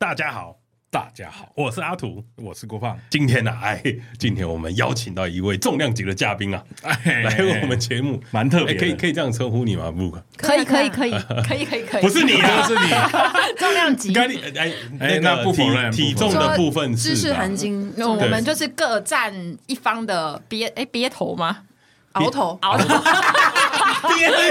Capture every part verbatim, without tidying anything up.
大家好， 大家好， 我是阿土， 我是郭胖。 今天呢、啊，哎，今天我们邀请到一位重量级的嘉宾啊，哎、来我们节目， 蛮特别的、 哎，可以可以这样称呼你吗？不， 可以可以可以可以可以可以， 不是你啊， 是你， 重量级。 刚你哎哎，那不否认体重的部分是知识含金， 我们就是各占一方的鳖哎鳖头吗？ 鳌头， 鳌头。 别人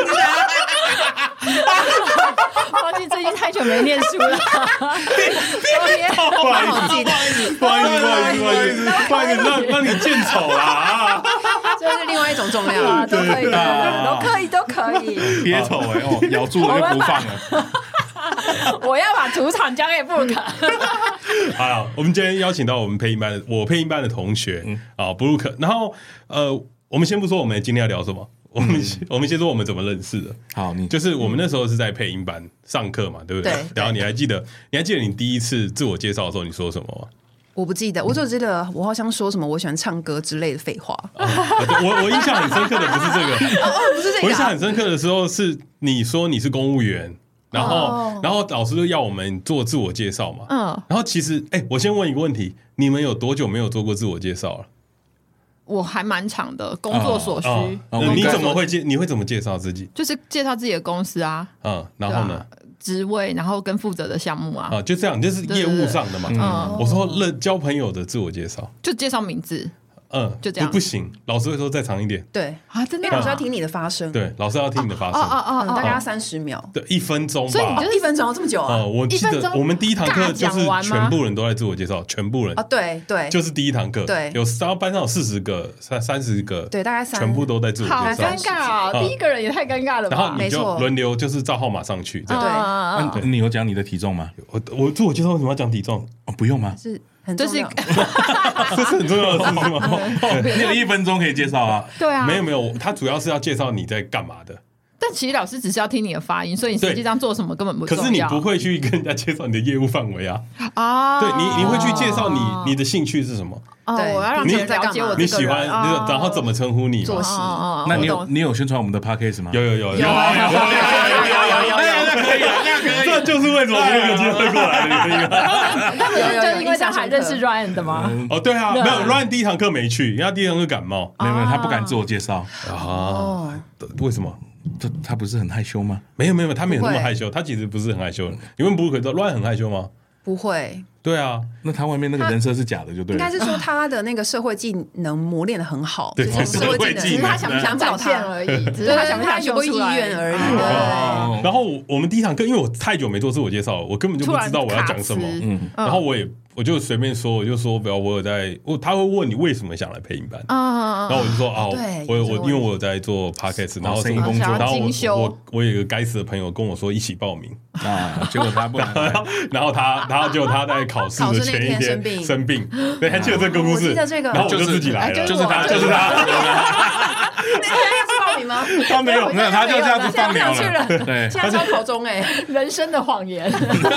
忘记最近太久没念书了， 别头，不好意思，不好意思，不好意思，不好意思，不好意思，让让你见丑啦！ 这是另外一种重量啊， 都可以，都可以，都可以。 别丑哎哦，咬住了就不放了。 我要把主场交给布鲁克。 好了，我们今天邀请到我们配音班的我配音班的同学啊，布鲁克。然后呃，我们先不说我们今天要聊什么。我们、嗯、我们先说我们怎么认识的。 好，你就是我们那时候是在配音班上课嘛，对不对？ 对。 然后你还记得，你还记得你第一次自我介绍的时候你说什么吗？ 我不记得，我就记得我好像说什么我喜欢唱歌之类的废话。 哦、我我印象很深刻的不是这个， 哦，不是这个、啊。 我印象很深刻的时候是你说你是公务员，然后、哦、然后老师就要我们做自我介绍嘛。嗯。然后其实，哎、欸，我先问一个问题，你们有多久没有做过自我介绍了？ 我还蛮长的，工作所需。哦哦、你怎么会介？你会怎么介绍自己？ 就是介绍自己的公司啊。 嗯，然后呢？ 职位，然后跟负责的项目啊。 啊，就这样，就是业务上的嘛。对对对嗯，我说认交朋友的自我介绍， 就介绍名字。 嗯， 就这样不行，老师会说再长一点。 对啊，真的， 因为老师要听你的发声。 对，老师要听你的发声。 哦哦哦， 大概要三十秒。 对，一分钟吧。 所以你就是一分钟这么久啊？ 呃，我记得我们第一堂课就是全部人都在自我介绍，全部人啊，对对， 就是第一堂课， 对， 有三班上有四十个、三三十个， 对，大概三， 全部都在自我介绍。 好尴尬啊！第一个人也太尴尬了吧？ 然后你就轮流就是照号码上去。对， 你有讲你的体重吗？ 我我自我介绍为什么要讲体重？ 哦，不用吗？ 是。很重要， 这是很重要的事情吗？ 你有一分钟可以介绍啊？ 对啊， 没有没有，他主要是要介绍你在干嘛的。 但其实老师只是要听你的发音，所以你实际上做什么根本不重要。 可是你不会去跟人家介绍你的业务范围啊？ 啊， 对你你会去介绍你你的兴趣是什么？ 哦，我要让别人了解我。 你喜欢，然后怎么称呼你？ 作息。 那你有你有宣传我们的 podcast 吗？ 有有有有有有有有有有，那可以，那可以， 这就是为什么没有机会过来的原因。 他不是就因为这样还认识 Ryan 的吗？ 哦，对啊，没有 Ryan 第一堂课没去，因为他第一堂课感冒， 没有没有，他不敢自我介绍啊。为什么？ 他他不是很害羞吗？ 没有没有，他没有那么害羞，他其实不是很害羞。你问布鲁克说 Ryan 很害羞吗？ 不会。 对啊， 那他外面那个人设是假的，就对了。 应该是说他的那个社会技能磨练的很好， 对， 社会技能， 只是他想不想展现而已，只是他想不想秀出来意愿而已。 然后我们第一堂课，因为我太久没做自我介绍了，我根本就不知道我要讲什么，嗯，然后我也我就随便说，我就说，比如我有在，我他会问你为什么想来配音班，然后我就说啊，我我因为我有在做 podcast， 然后声音工作， 然后我我我有一个该死的朋友跟我说一起报名啊，结果他不， 然后他然后结果他在考试的前一天生病，生病，对，还记得这个故事，然后我就自己来了， 就是他，就是他。 报名吗？ 他没有， 没有，他就这样子放鸟了。 对，现在招考中哎， 人生的谎言。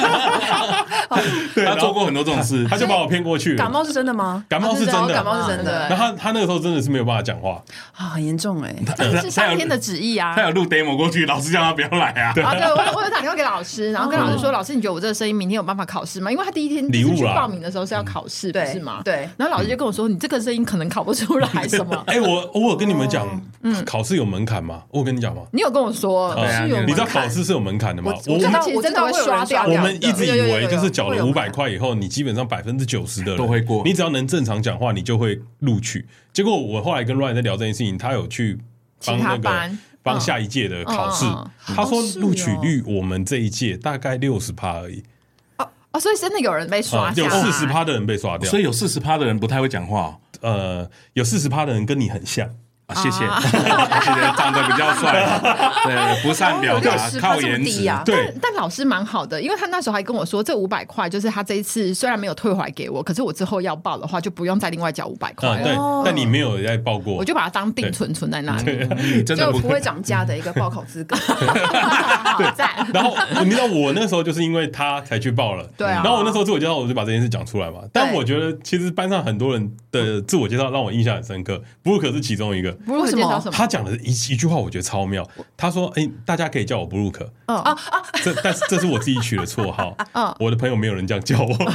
他做过很多这种事， 他就把我骗过去了。 感冒是真的吗？ 感冒是真的， 感冒是真的。 然后他他那个时候真的是没有办法讲话啊，很严重哎。 是上天的旨意啊。 他有录 demo 过去，老师叫他不要来啊。 啊，对，我我有打电话给老师，然后跟老师说，老师你觉得我这个声音明天有办法考试吗？因为他第一天礼物去报名的时候是要考试，不是吗？ 对。 然后老师就跟我说，你这个声音可能考不出来什么。 哎，我我有跟你们讲，考试有门槛吗？我有跟你讲吗？ 你有跟我说是有门槛， 你知道考试是有门槛的吗？ 我知道，我真的会刷掉。 我们一直以为就是缴了五百块以后，你基本上百分之九十的人都会过， 你只要能正常讲话，你就会录取。结果我后来跟 Ryan 在聊这件事情，他有去帮那个帮下一届的考试，他说录取率我们这一届大概六十趴而已。 哦，所以真的有人被刷掉， 有四十趴的人被刷掉， 所以有四十趴的人不太会讲话。 呃，有四十趴的人跟你很像。 啊、谢谢，谢谢，长得比较帅，对，不善表达，靠颜值。 对， 但老师蛮好的，因为他那时候还跟我说，这五百块就是他这一次虽然没有退回来给我，可是我之后要报的话就不用再另外缴五百块。 嗯，对，但你没有再报过， 我就把它当定存存在那里， 你真的不会涨价的一个报考资格。 好赞。 然后你知道我那时候就是因为他才去报了， 对啊。 然后我那时候自我介绍我就把这件事讲出来嘛，但我觉得其实班上很多人的自我介绍让我印象很深刻，布鲁克是其中一个。 布鲁克介绍什么？ 他讲的一一句话，我觉得超妙。他说：“哎、欸，大家可以叫我布鲁克。”哦啊啊！这但是这是我自己取的绰号。嗯，我的朋友没有人这样叫我。什么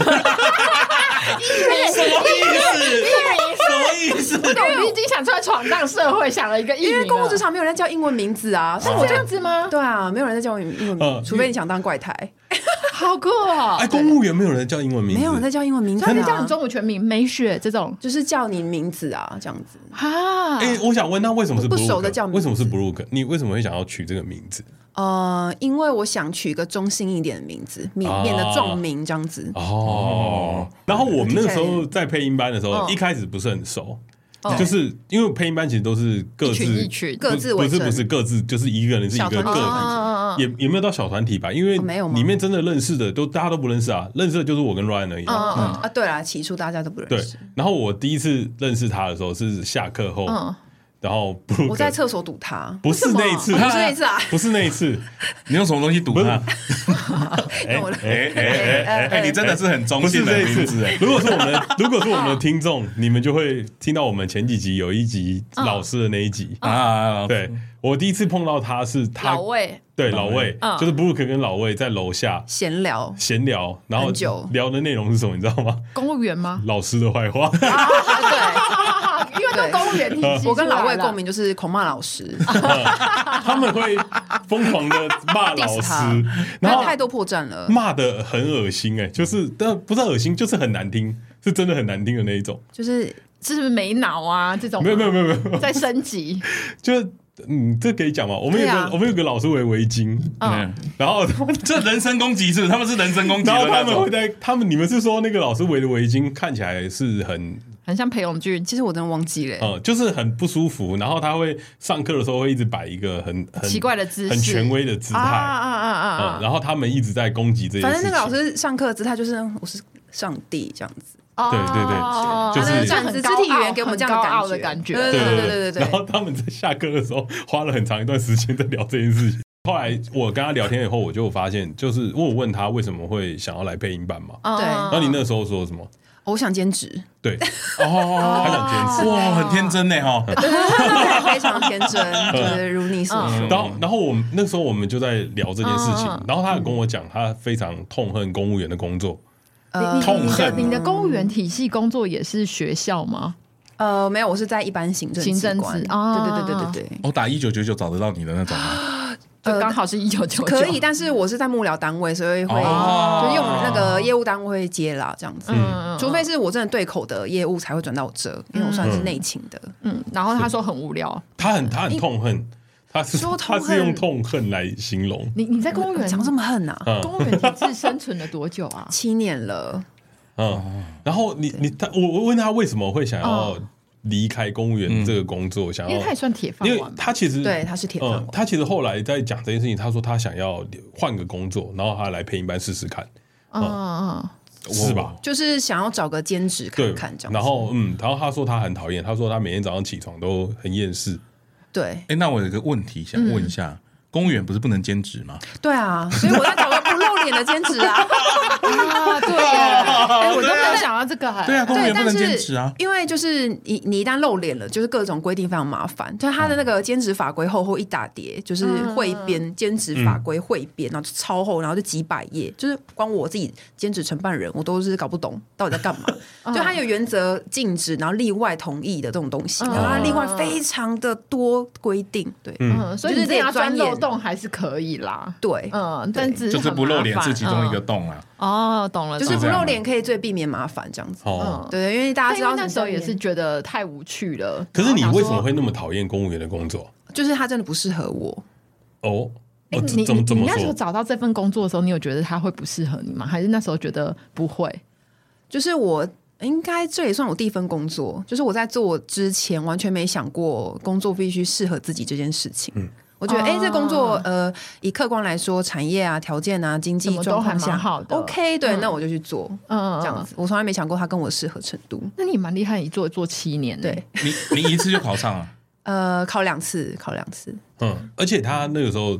意思？什么意思？ 我们已经想出来闯荡社会，想了一个艺名。 因为公共职场没有人叫英文名字啊， 是这样子吗？ 对啊，没有人在叫英文名字，除非你想当怪胎。 好酷哦！ 哎，公务员没有人叫英文名字， 没有人在叫英文名字， 他是叫你中文全名美雪这种， 就是叫你名字啊，这样子啊。 哎，我想问他为什么是不熟的叫名字？ 为什么是 Brooke？ 你为什么会想要取这个名字？ 呃，因为我想取一个中性一点的名字，免免得撞名这样子。 哦。然后我们那个时候在配音班的时候，一开始不是很熟。就是因为配音班其实都是各自一群各自不是不是各自，就是一个人是一个个体，也也没有到小团体吧？因为里面真的认识的都大家都不认识啊，认识的就是我跟 Ryan 而已。 啊啊，对啦，起初大家都不认识。 对，然后我第一次认识他的时候是下课后。然后我在厕所堵他， 不是那一次， 不是那一次啊， 不是那一次， 你用什么东西堵他？ 哎哎哎哎，你真的是很中性的名字哎。 如果是我们，如果是我们的听众，你们就会听到我们前几集有一集老师的那一集啊。对，我第一次碰到他是他老魏， 对老魏，就是 Brooke 跟老魏在楼下闲聊闲聊，然后聊的内容是什么？你知道吗？ 公务员吗？ 老师的坏话。 对。因为都公务员体系， 我跟老魏共鸣就是恐骂老师， 他们会疯狂的骂老师， 然后太多破绽了， 骂的很恶心哎、欸，就是但不是恶心，就是很难听，是真的很难听的那一种， 就是是不是没脑啊这种？ 没有没有没有没有， 在升级， 就是嗯，这可以讲吗？我们有个、啊、我们有个老师围围巾，嗯，然后这人身攻击是他们是人身攻击的那种， 然后他们会在他们你们是说那个老师围的围巾看起来是很。 很像裴勇俊， 其实我真的忘记了、欸， 嗯，就是很不舒服。然后他会上课的时候会一直摆一个很很奇怪的姿势， 很权威的姿态，啊啊啊啊！ 嗯，然后他们一直在攻击这件事情。 反正那个老师上课的姿态就是我是上帝这样子， 对对对，就是这样子，肢体语言给我们这样的感觉，对对对对对对。 然后他们在下课的时候花了很长一段时间在聊这件事情。后来我跟他聊天以后，我就发现，就是我问他为什么会想要来配音班嘛， 对。 然后你那时候说什么？ 我想兼职， 对，哦，他想兼职， 哇，很天真呢哈， 对对对，非常天真，就是如你所说。 然后，然后我们那时候我们就在聊这件事情，然后他跟我讲，他非常痛恨公务员的工作， 痛恨。 你的公务员体系工作也是学校吗？ 呃，没有，我是在一般行政行政职， 对对对对对对。 我打一九九九找得到你的那种吗？ 就刚好是一九九九， 可以，但是我是在幕僚单位，所以会、哦、就用那个业务单位会接啦，这样子。嗯，除非是我真的对口的业务才会转到我这，因为我算是内勤的。 嗯，然后他说很无聊， 他很他很痛恨，他是说他是用痛恨来形容。 你你在公务员讲这么恨啊？ 嗯、公务员体制生存了多久啊？ 七年了。 嗯，然后你你他我我问他为什么会想要。离开公务员这个工作，嗯、想要， 因为他也算铁饭碗，因为他其实对他是铁饭碗、嗯。 他其实后来在讲这件事情，他说他想要换个工作，然后他来配音班试试看，嗯嗯，是吧？ 就是想要找个兼职看看这样。 然后嗯，然后他说他很讨厌，他说他每天早上起床都很厌世。 对， 哎、欸，那我有个问题想问一下。嗯，公务员不是不能兼职吗？ 对啊，所以我在找个不露脸的兼职啊。 啊，对耶，哎、欸，我都没有想到这个。 对啊，公务员不能兼职啊。 因为就是你你一旦露脸了，就是各种规定非常麻烦。就是他的那个兼职法规厚厚一大叠，就是汇编兼职法规汇编，然后就超厚，然后就几百页，就是光我自己兼职承办人，我都是搞不懂到底在干嘛。就他有原则禁止，然后例外同意的这种东西，然后他例外非常的多规定。对， 嗯，所以你这样钻漏洞还是可以啦。 对， 嗯，但只是就是不露脸是其中一个洞啊。 哦，懂了， 就是不露脸可以最避免麻烦这样子。哦，对，因为大家知道那时候也是觉得太无趣了。 可是你为什么会那么讨厌公务员的工作？ 就是他真的不适合我。 哦， 欸、你你你那时候找到这份工作的时候，你有觉得他会不适合你吗？还是那时候觉得不会？ 就是我应该这也算我第一份工作，就是我在做之前完全没想过工作必须适合自己这件事情。嗯。我觉得，哎、欸，这工作，呃，以客观来说，产业啊、条件啊、经济状况下好的 ，OK， 对、嗯，那我就去做，嗯，这样子。我从来没想过他跟我适合程度。 那你蛮厉害，你做做七年， 对， 你你一次就考上了？ 呃，考两次，考两次。 嗯，而且他那个时候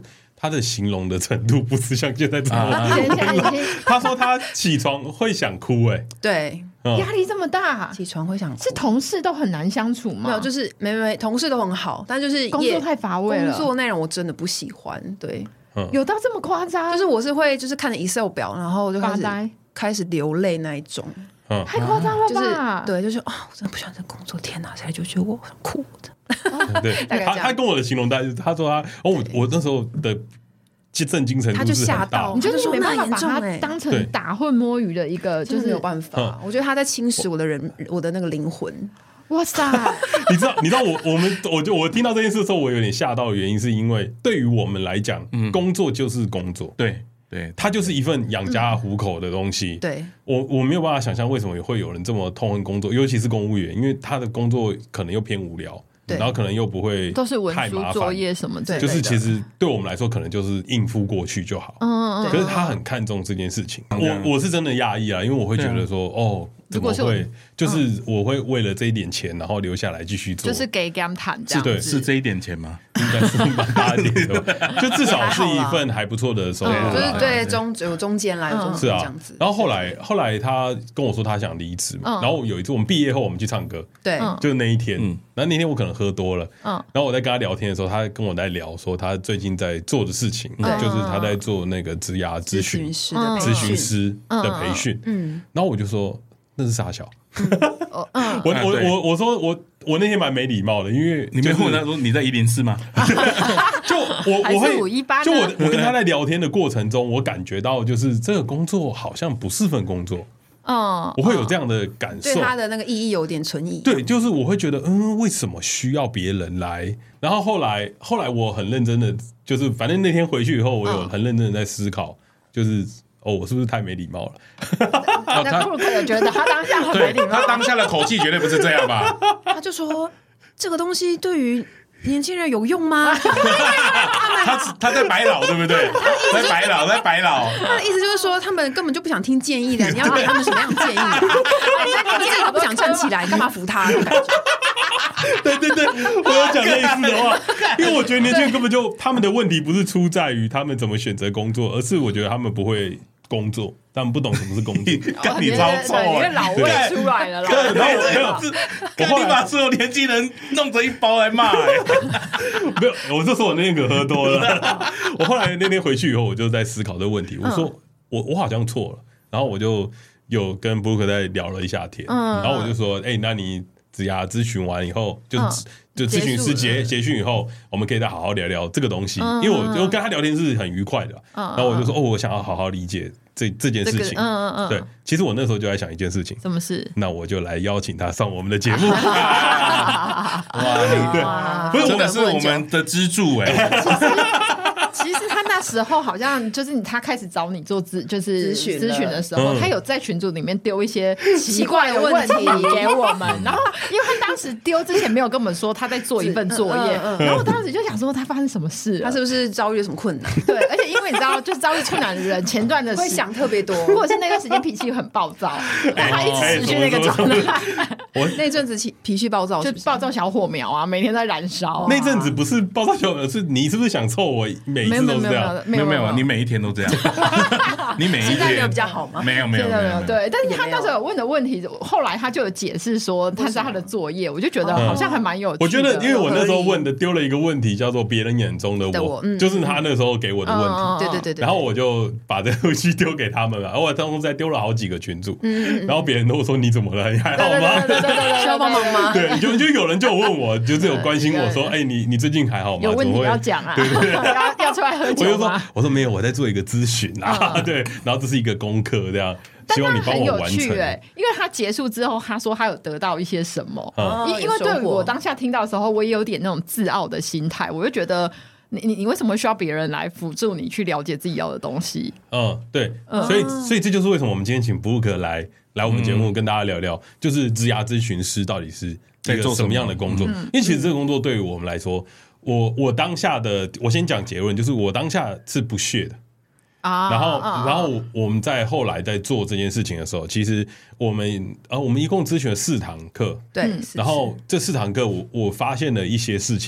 他的形容的程度不是像现在这么、啊、他说他起床会想哭、欸，哎， 对。 压力这么大， 起床会想哭， 是同事都很难相处吗？ 没有，就是没没没，同事都很好，但就是工作太乏味了， 工作内容我真的不喜欢。对， 嗯、有到这么夸张？ 就是我是会就是看着 Excel 表，然后就开始开始流泪那一种， 嗯、 太夸张了吧？ 就是对，就是啊、哦，我真的不喜欢这工作，天哪！现在就觉得我想哭的。 哦、对，他他跟我的形容，他他说他哦，我我那时候的。震惊程度是很大， 你就是没办法把它当成打混摸鱼的一个，就是没有办法。我觉得他在侵蚀我的人，我的那个灵魂。 哇塞！ 你知道，你知道我我们，我就我听到这件事的时候，我有点吓到的原因，是因为对于我们来讲，嗯、工作就是工作， 对对， 它就是一份养家糊口的东西。 嗯、对， 我我没有办法想象为什么会有人这么痛恨工作，尤其是公务员，因为他的工作可能又偏无聊。然后可能又不会都是文书作业什么的， 就是其实对我们来说可能就是应付过去就好。嗯嗯。可是他很看重这件事情，我我是真的讶异啊，因为我会觉得说，哦，怎么会？就是我会为了这一点钱，然后留下来继续做， 就是给给他们谈这样子。 是对， 是这一点钱吗？ 应该是蛮大一点的，就至少是一份还不错的收入， 就是对中有中间来，中间这样子。 然后后来后来他跟我说他想离职嘛，然后有一次我们毕业后我们去唱歌， 对， 就是那一天，然后那天我可能喝多了，然后我在跟他聊天的时候，他跟我在聊说他最近在做的事情，就是他在做那个职涯咨询师的咨询师的培训，嗯，然后我就说那是傻小。我我我我说我我那天蛮没礼貌的，因为你没问他说你在一零四吗？ 就我我会就我我跟他在聊天的过程中，我感觉到就是这个工作好像不是份工作，嗯，我会有这样的感受， 对他的那个意义有点存疑。 对，就是我会觉得嗯，为什么需要别人来？然后后来后来我很认真的，就是反正那天回去以后，我有很认真的在思考，就是。哦，我是不是太没礼貌了？ 那布鲁克有觉得他当下很没礼貌， 他当下的口气绝对不是这样吧？ 他就说这个东西对于年轻人有用吗？ 他他在摆老，对不对？在摆老，在摆老。 他的意思就是说，他们根本就不想听建议的，你要给他们什么样的建议？他自己都不想站起来，你干嘛扶他？ 对对对，我有讲类似的话，因为我觉得年轻人根本就他们的问题不是出在于他们怎么选择工作，而是我觉得他们不会工作，他们不懂什么是工作。 干你超臭啊！ 因为老味出来了， 然后没有，干你把所有年轻人弄成一包来骂。 没有，我就说我那天可喝多了。我后来那天回去以后，我就在思考这个问题。我说我我好像错了，然后我就有跟布鲁克在聊了一下天，然后我就说，哎，那你。职涯咨询完以后，就、嗯、就咨询师结结训以后，我们可以再好好聊聊这个东西。嗯、因为我就跟他聊天是很愉快的，嗯、然后我就说哦，我想要好好理解这这件事情。嗯嗯嗯。对，其实我那时候就在想一件事情， 什么事？ 那我就来邀请他上我们的节目。哇， 对，不是真的是我们的支柱哎、欸。 其实他那时候好像就是他开始找你做咨就是咨询的时候，他有在群组里面丢一些奇怪的问题给我们，然后因为他当时丢之前没有跟我们说他在做一份作业，然后我当时就想说他发生什么事， 他是不是遭遇了什么困难？ 对，而且因为你知道，就是遭遇困难的人，前段的会想特别多， 或者是那段时间脾气很暴躁，他一直持续那个状态。 我那阵子脾气暴躁， 就暴躁小火苗啊，每天在燃烧。 那阵子不是暴躁小火苗，是你是不是想凑我每？ 没有没有没有没有没有，你每一天都这样，你每一天现在没有比较好吗？ 没有没有没有对，但是他那时候问的问题，后来他就有解释说他是他的作业，我就觉得好像还蛮有趣的。 我觉得，因为我那时候问的丢了一个问题，叫做别人眼中的我，就是他那时候给我的问题。 对对对。 然后我就把这个东西丢给他们了，然后我当中再丢了好几个群组，然后别人都说你怎么了？你还好吗？ 对对对，需要帮忙吗？ 对，就就有人就问我，就是有关心我说，哎，你你最近还好吗？ 有问题要讲啊，对对对，要要出来喝酒。 我就说，我说没有，我在做一个咨询啊，嗯、对，然后这是一个功课，这样，希望你帮我完成。 哎、欸，因为他结束之后，他说他有得到一些什么，嗯、因因为对我当下听到的时候，我也有点那种自傲的心态，我就觉得你你你为什么需要别人来辅助你去了解自己要的东西？ 嗯，对，嗯、所以所以这就是为什么我们今天请布鲁克来来我们节目跟大家聊聊，嗯、就是职涯咨询师到底是一个什么样的工作？嗯、因为其实这个工作对于我们来说。我我当下的，我先讲结论，就是我当下是不屑的啊。然后，啊、然后我们在后来在做这件事情的时候，其实我们呃，我们一共咨询了四堂课， 对。 然后这四堂课我，我我发现了一些事情，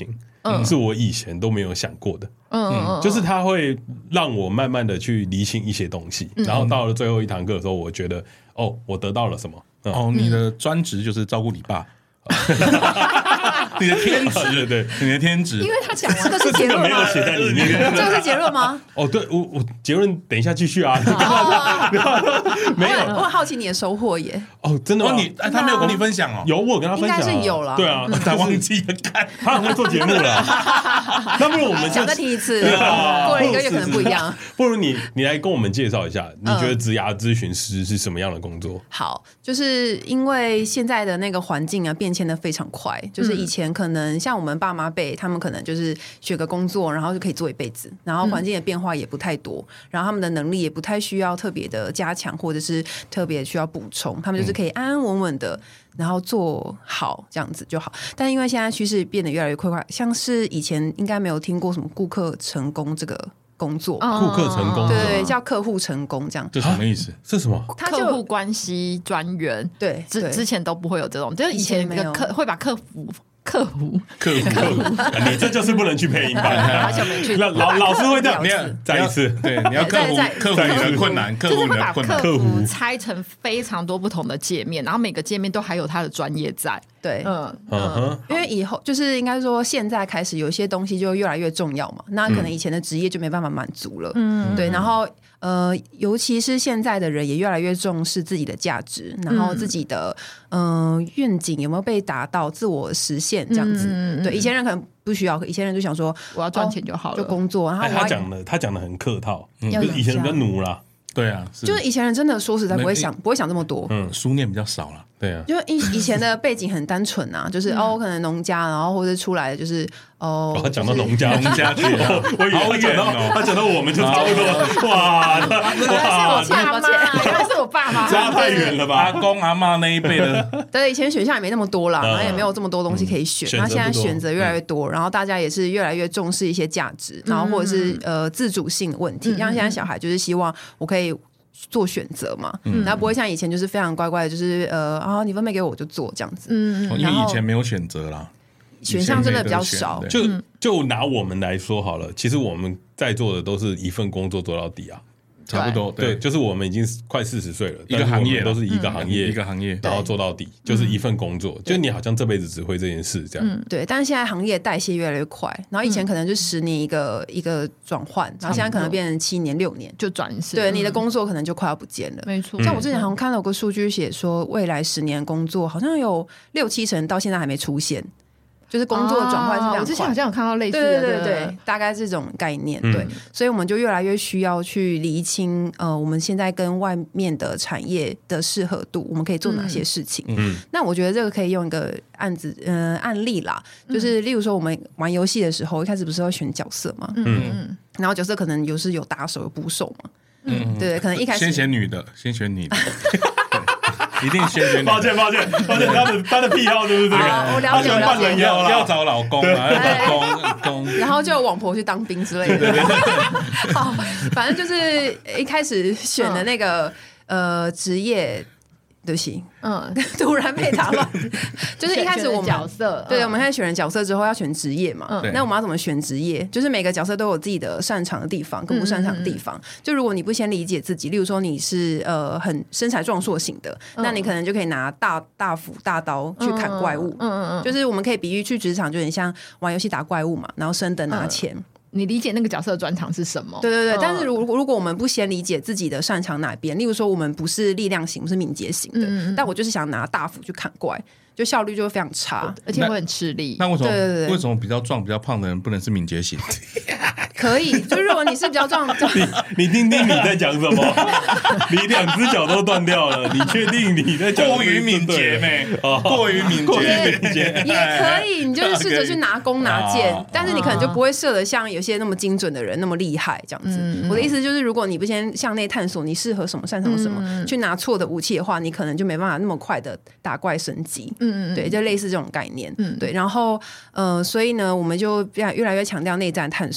嗯，是我以前都没有想过的。嗯嗯，就是它会让我慢慢的去理清一些东西，嗯、然后到了最后一堂课的时候，我觉得哦，我得到了什么？嗯、 哦，你的专职就是照顾你爸。你的天职，对对，你的天职， 因为他讲完这是结论吗？ 没有写在里面， 这个是结论吗？ 哦，对，我我结论等一下继续啊。 没有，我很好奇你的收获耶。 哦，真的吗？ 你他没有跟你分享哦？ 有，我跟他分享， 应该是有了。 对啊， 他忘记了看， 他很会做节目了。那不如我们想再听一次，过了一个月可能不一样。 不如你你来跟我们介绍一下，你觉得职涯咨询师是什么样的工作？ 好，就是因为现在的那个环境啊变迁的非常快，就是以前可能像我们爸妈辈，他们可能就是学个工作，然后就可以做一辈子，然后环境的变化也不太多，然后他们的能力也不太需要特别的加强，或者是特别需要补充，他们就是可以安安稳稳的。然后做好这样子就好，但因为现在趋势变得越来越快快，像是以前应该没有听过什么顾客成功这个工作， 顾客成功， 对对，叫客户成功这样， 这什么意思？ 是什么？ 他客户关系专员， 对， 之之前都不会有这种，就是以前那个客会把客服。客服， 客服，客服，你这就是不能去配音班。老老老师会这样， 你要再一次，对，你要克服克服你的困难，克服你的困难。 客服拆成非常多不同的界面，然后每个界面都还有它的专业在。 对，嗯嗯，因为以后就是应该说现在开始有一些东西就越来越重要嘛，那可能以前的职业就没办法满足了。嗯，对，然后呃，尤其是现在的人也越来越重视自己的价值，然后自己的嗯、呃、愿景有没有被达到，自我实现这样子。嗯、对，以前人可能不需要，以前人就想说我要赚钱就好了， 就工作。然后他讲的他讲的很客套，嗯、就是以前人比较奴啦。 对啊， 是就是以前人真的说实在不会想不会想这么多， 嗯，书念比较少了， 对啊， 就以以前的背景很单纯啊，就是、嗯、哦，可能农家，然后或者出来的就是哦， 他讲到农家， 农家去了， 我以为他讲到他讲到我们就差不多，哇， 原来是我爸妈，原来是我爸妈， 差太远了吧？ 阿公阿嬷那一辈的， 对，以前选项也没那么多啦，然后也没有这么多东西可以选，那、嗯、现在选择越来越多，然后大家也是越来越重视一些价值，然后或者是呃自主性的问题，像现在小孩就是希望我可以。做选择嘛，嗯、然后不会像以前就是非常乖乖的，就是呃啊，你分配给我我就做这样子。 嗯，因为以前没有选择啦， 选项真的比较少。 就就拿我们来说好了，其实我们在做的都是一份工作做到底啊。 差不多 对, 对，就是我们已经快四十岁了， 一个行业都是一个行业、 嗯、一个行业， 然后做到底，就是一份工作，就你好像这辈子只会这件事这样。 嗯，对。但是现在行业代谢越来越快，然后以前可能就十年一个、嗯、一个转换，然后现在可能变成七年六年就转世。 对，你的工作可能就快要不见了。 没错。 像我之前好像看到有个数据写说，未来十年工作好像有六七成到现在还没出现。就是工作的转换是非常快、哦、 我之前好像有看到类似的， 对对对对，大概这种概念，对、嗯，所以我们就越来越需要去厘清，呃，我们现在跟外面的产业的适合度，我们可以做哪些事情。嗯，那我觉得这个可以用一个案子，呃，案例啦，就是例如说我们玩游戏的时候，一开始不是要选角色嘛，嗯嗯，然后角色可能有是有打手有捕手嘛，嗯，对，可能一开始先选女的，先选女的。一定先选。 抱歉，抱歉，抱歉，他的他的癖好就是这个， 我了解， 了解， 要要找老公啊，老公公， 然后就有网婆去当兵之类的。好，反正就是一开始选的那个、嗯、呃职业。对不起，嗯，突然被打乱，就是一开始我们角色， 对，我们开始选人角色之后要选职业嘛，嗯，那我们要怎么选职业？就是每个角色都有自己的擅长的地方跟不擅长的地方。嗯嗯嗯就如果你不先理解自己，例如说你是呃很身材壮硕型的，嗯、那你可能就可以拿大大斧大刀去砍怪物，嗯嗯嗯，就是我们可以比喻去职场，就很像玩游戏打怪物嘛，然后升等拿钱。嗯你理解那个角色的专长是什么？ 对对对，嗯、但是如果如果我们不先理解自己的擅长哪边，例如说我们不是力量型，不是敏捷型的，嗯、但我就是想拿大斧去砍怪，就效率就会非常差， 而且会很吃力。 那为什么？ 对对对， 为什么比较壮、比较胖的人不能是敏捷型？ 可以，就如果你是比较壮， 你你听听你在讲什么？你两只脚都断掉了，你确定你在讲过于敏捷没？过于敏捷也可以，你就是试着去拿弓拿箭，啊、但是你可能就不会射得像有些那么精准的人那么厉害这样子。嗯、我的意思就是，如果你不先向内探索你适合什么、擅长什么，嗯、去拿错的武器的话，你可能就没办法那么快的打怪升级。嗯对，就类似这种概念。嗯，对，然后呃，所以呢，我们就越来越强调内在探索。那我们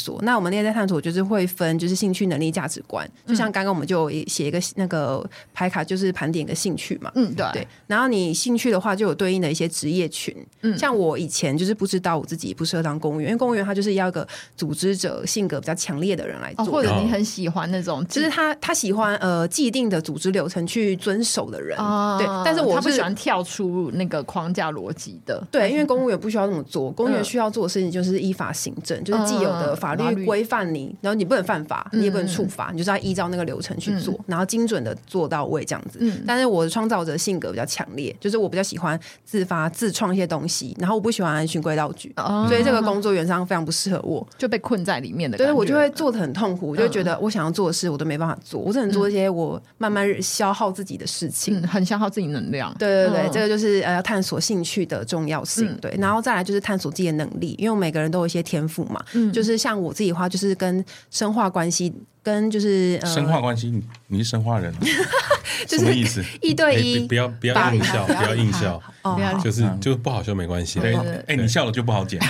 们内在探索就是会分就是兴趣、能力、价值观，就像刚刚我们就写一个那个牌卡，就是盘点一个兴趣嘛。 嗯，对对。然后你兴趣的话，就有对应的一些职业群。嗯，像我以前就是不知道我自己不适合当公务员，因为公务员他就是要一个组织者性格比较强烈的人来做， 哦、或者你很喜欢那种， 就是他他喜欢呃既定的组织流程去遵守的人。哦、对，但是我是他不喜欢跳出那个框架逻辑的。 对，因为公务员不需要这么做，公务员需要做的事情就是依法行政，嗯、就是既有的法律规范你，然后你不能犯法，你也不能触法，嗯、你就是要依照那个流程去做，嗯、然后精准的做到位这样子。嗯、但是我的创造者性格比较强烈，就是我比较喜欢自发自创一些东西，然后我不喜欢循规蹈矩，哦、所以这个工作原则上非常不适合我， 就被困在里面的感觉。 对，我就会做得很痛苦，我就会觉得我想要做的事我都没办法做，我只能做一些我慢慢消耗自己的事情， 嗯、很消耗自己能量。 对对对，嗯、这个就是呃要探索兴趣的重要性。嗯、对，然后再来就是探索自己的能力，因为我每个人都有一些天赋嘛，嗯、就是像我自己的话，就是跟生化关系。跟就是呃，生化关系，你是生化人、啊， 就是什么意思？ 一对一， 欸、不要不要硬笑，不要硬笑，哦、就是就不好笑没关系。 对，哎、欸，你笑了就不好剪。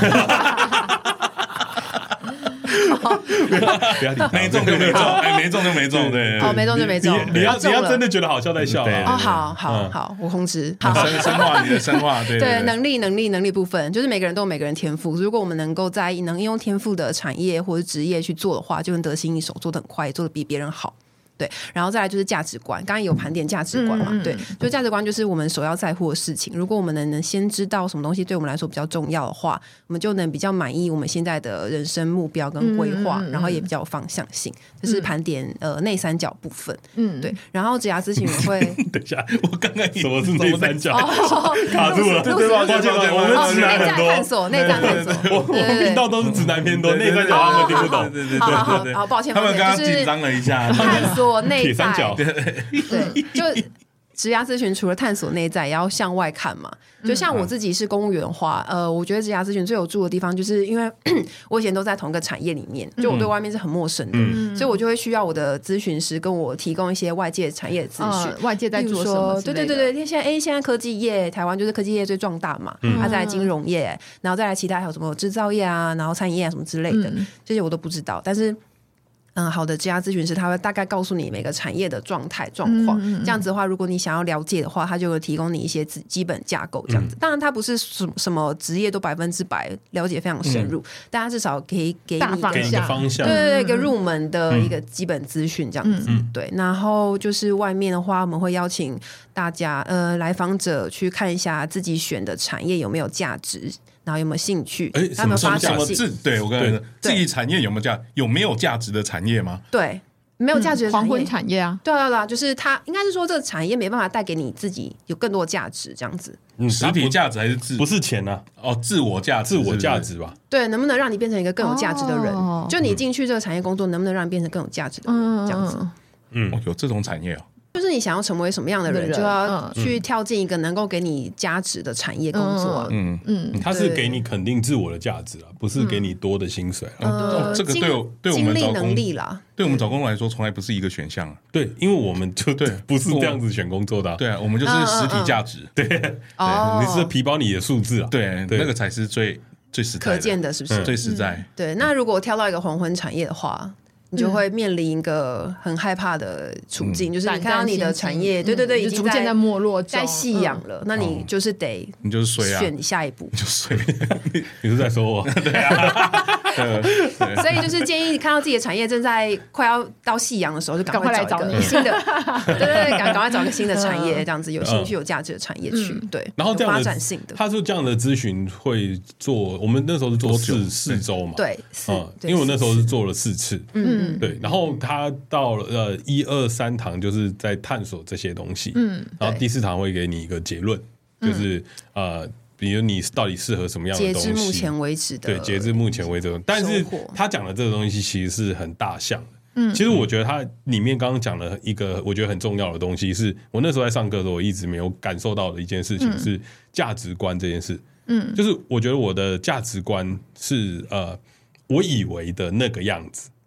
不要理他，没中就没中，哎，没中就没中，对， 哦，没中就没中。 你要你要真的觉得好笑再笑哦，好好好，我控制。好， 深深化你的深化，对对，能力能力能力部分，就是每个人都有每个人天赋。如果我们能够在能应用天赋的产业或者职业去做的话，就能得心应手，做得很快，做得比别人好。对，然后再来就是价值观，刚刚有盘点价值观嘛，嗯、对，就价值观就是我们首要在乎的事情。如果我们能能先知道什么东西对我们来说比较重要的话，我们就能比较满意我们现在的人生目标跟规划，嗯、然后也比较有方向性。这、就是盘点呃内三角部分，嗯，对。然后职涯咨询也会等一下，我刚刚什么是内三角？卡住了，对吧？抱歉，我们直男很多， 内在探索，内在探索， 我我频道都是直男偏多，内三角他们听不懂， 对对对对，好抱歉， 他们刚刚紧张了一下， 探索内在。 对对，就职涯咨询除了探索内在，也要向外看嘛。就像我自己是公务员的话，呃，我觉得职涯咨询最有助的地方，就是因为我以前都在同一个产业里面，就我对外面是很陌生的，嗯、所以我就会需要我的咨询师跟我提供一些外界产业的资讯， 呃，外界在做什么？ 对对对对，现在哎，现在科技业，台湾就是科技业最壮大嘛，嗯、啊，再来金融业，然后再来其他还有什么制造业啊，然后餐饮业啊什么之类的，嗯、这些我都不知道，但是。嗯，好的，职涯咨询师他会大概告诉你每个产业的状态状况，嗯嗯嗯这样子的话，如果你想要了解的话，他就会提供你一些基本架构这样子。嗯、当然，他不是什什么职业都百分之百了解非常深入，嗯、但他至少可以给你一个给你一个方向， 对对对，一个入门的一个基本资讯这样子。嗯、对，然后就是外面的话，我们会邀请大家呃来访者去看一下自己选的产业有没有价值。然后有没有兴趣？ 哎，有没有发什么自？对我刚才说，自己产业有没有价？有没有价值的产业吗？ 对，没有价值的黄昏产业啊， 对啊对啊，就是它应该是说这个产业没办法带给你自己有更多价值，这样子。 嗯，实体价值还是自不是钱啊？ 哦，自我价值， 自我价值吧？ 对，能不能让你变成一个更有价值的人？哦、就你进去这个产业工作，能不能让你变成更有价值的人？嗯、这样子。 嗯，哦，有这种产业哦。 就是你想要成为什么样的人，就要去跳进一个能够给你价值的产业工作。 嗯嗯，它是给你肯定自我的价值啊，不是给你多的薪水啊。 呃，这个对对我们找工能力啦， 对我们找工作来说，从来不是一个选项啊。 对，因为我们就对不是这样子选工作的。 对啊，我们就是实体价值。对对， 你是皮包你的数字啊。 对，那个才是最最实在可见的，是不是？ 最实在。 对，那如果挑到一个黄昏产业的话。你就会面临一个很害怕的处境，嗯、就是你看到你的产业，嗯、对对对，已经逐渐在没落中， 在夕阳了，嗯、那你就是得， 你就是衰啊， 选下一步， 你就衰， 你是在说我？ 对啊， 对，所以就是建议你看到自己的产业正在快要到夕阳的时候，就赶快来找一个新的，对对对，赶赶快找一个新的产业，这样子有兴趣、有价值的产业去，对， 然后这样发展性的， 他说这样的咨询会做，我们那时候是做四四周嘛， 对， 嗯，因为我那时候是做了四次，嗯。嗯，对，然后他到了呃一二三堂就是在探索这些东西，嗯，然后第四堂会给你一个结论，嗯、就是呃，比如你到底适合什么样的东西， 截至目前为止的， 对，截至目前为止，但是他讲的这个东西其实是很大项的，嗯，其实我觉得他里面刚刚讲了一个我觉得很重要的东西，是我那时候在上课的时候我一直没有感受到的一件事情，是价值观这件事，嗯，就是我觉得我的价值观是呃。我以为的那个样子，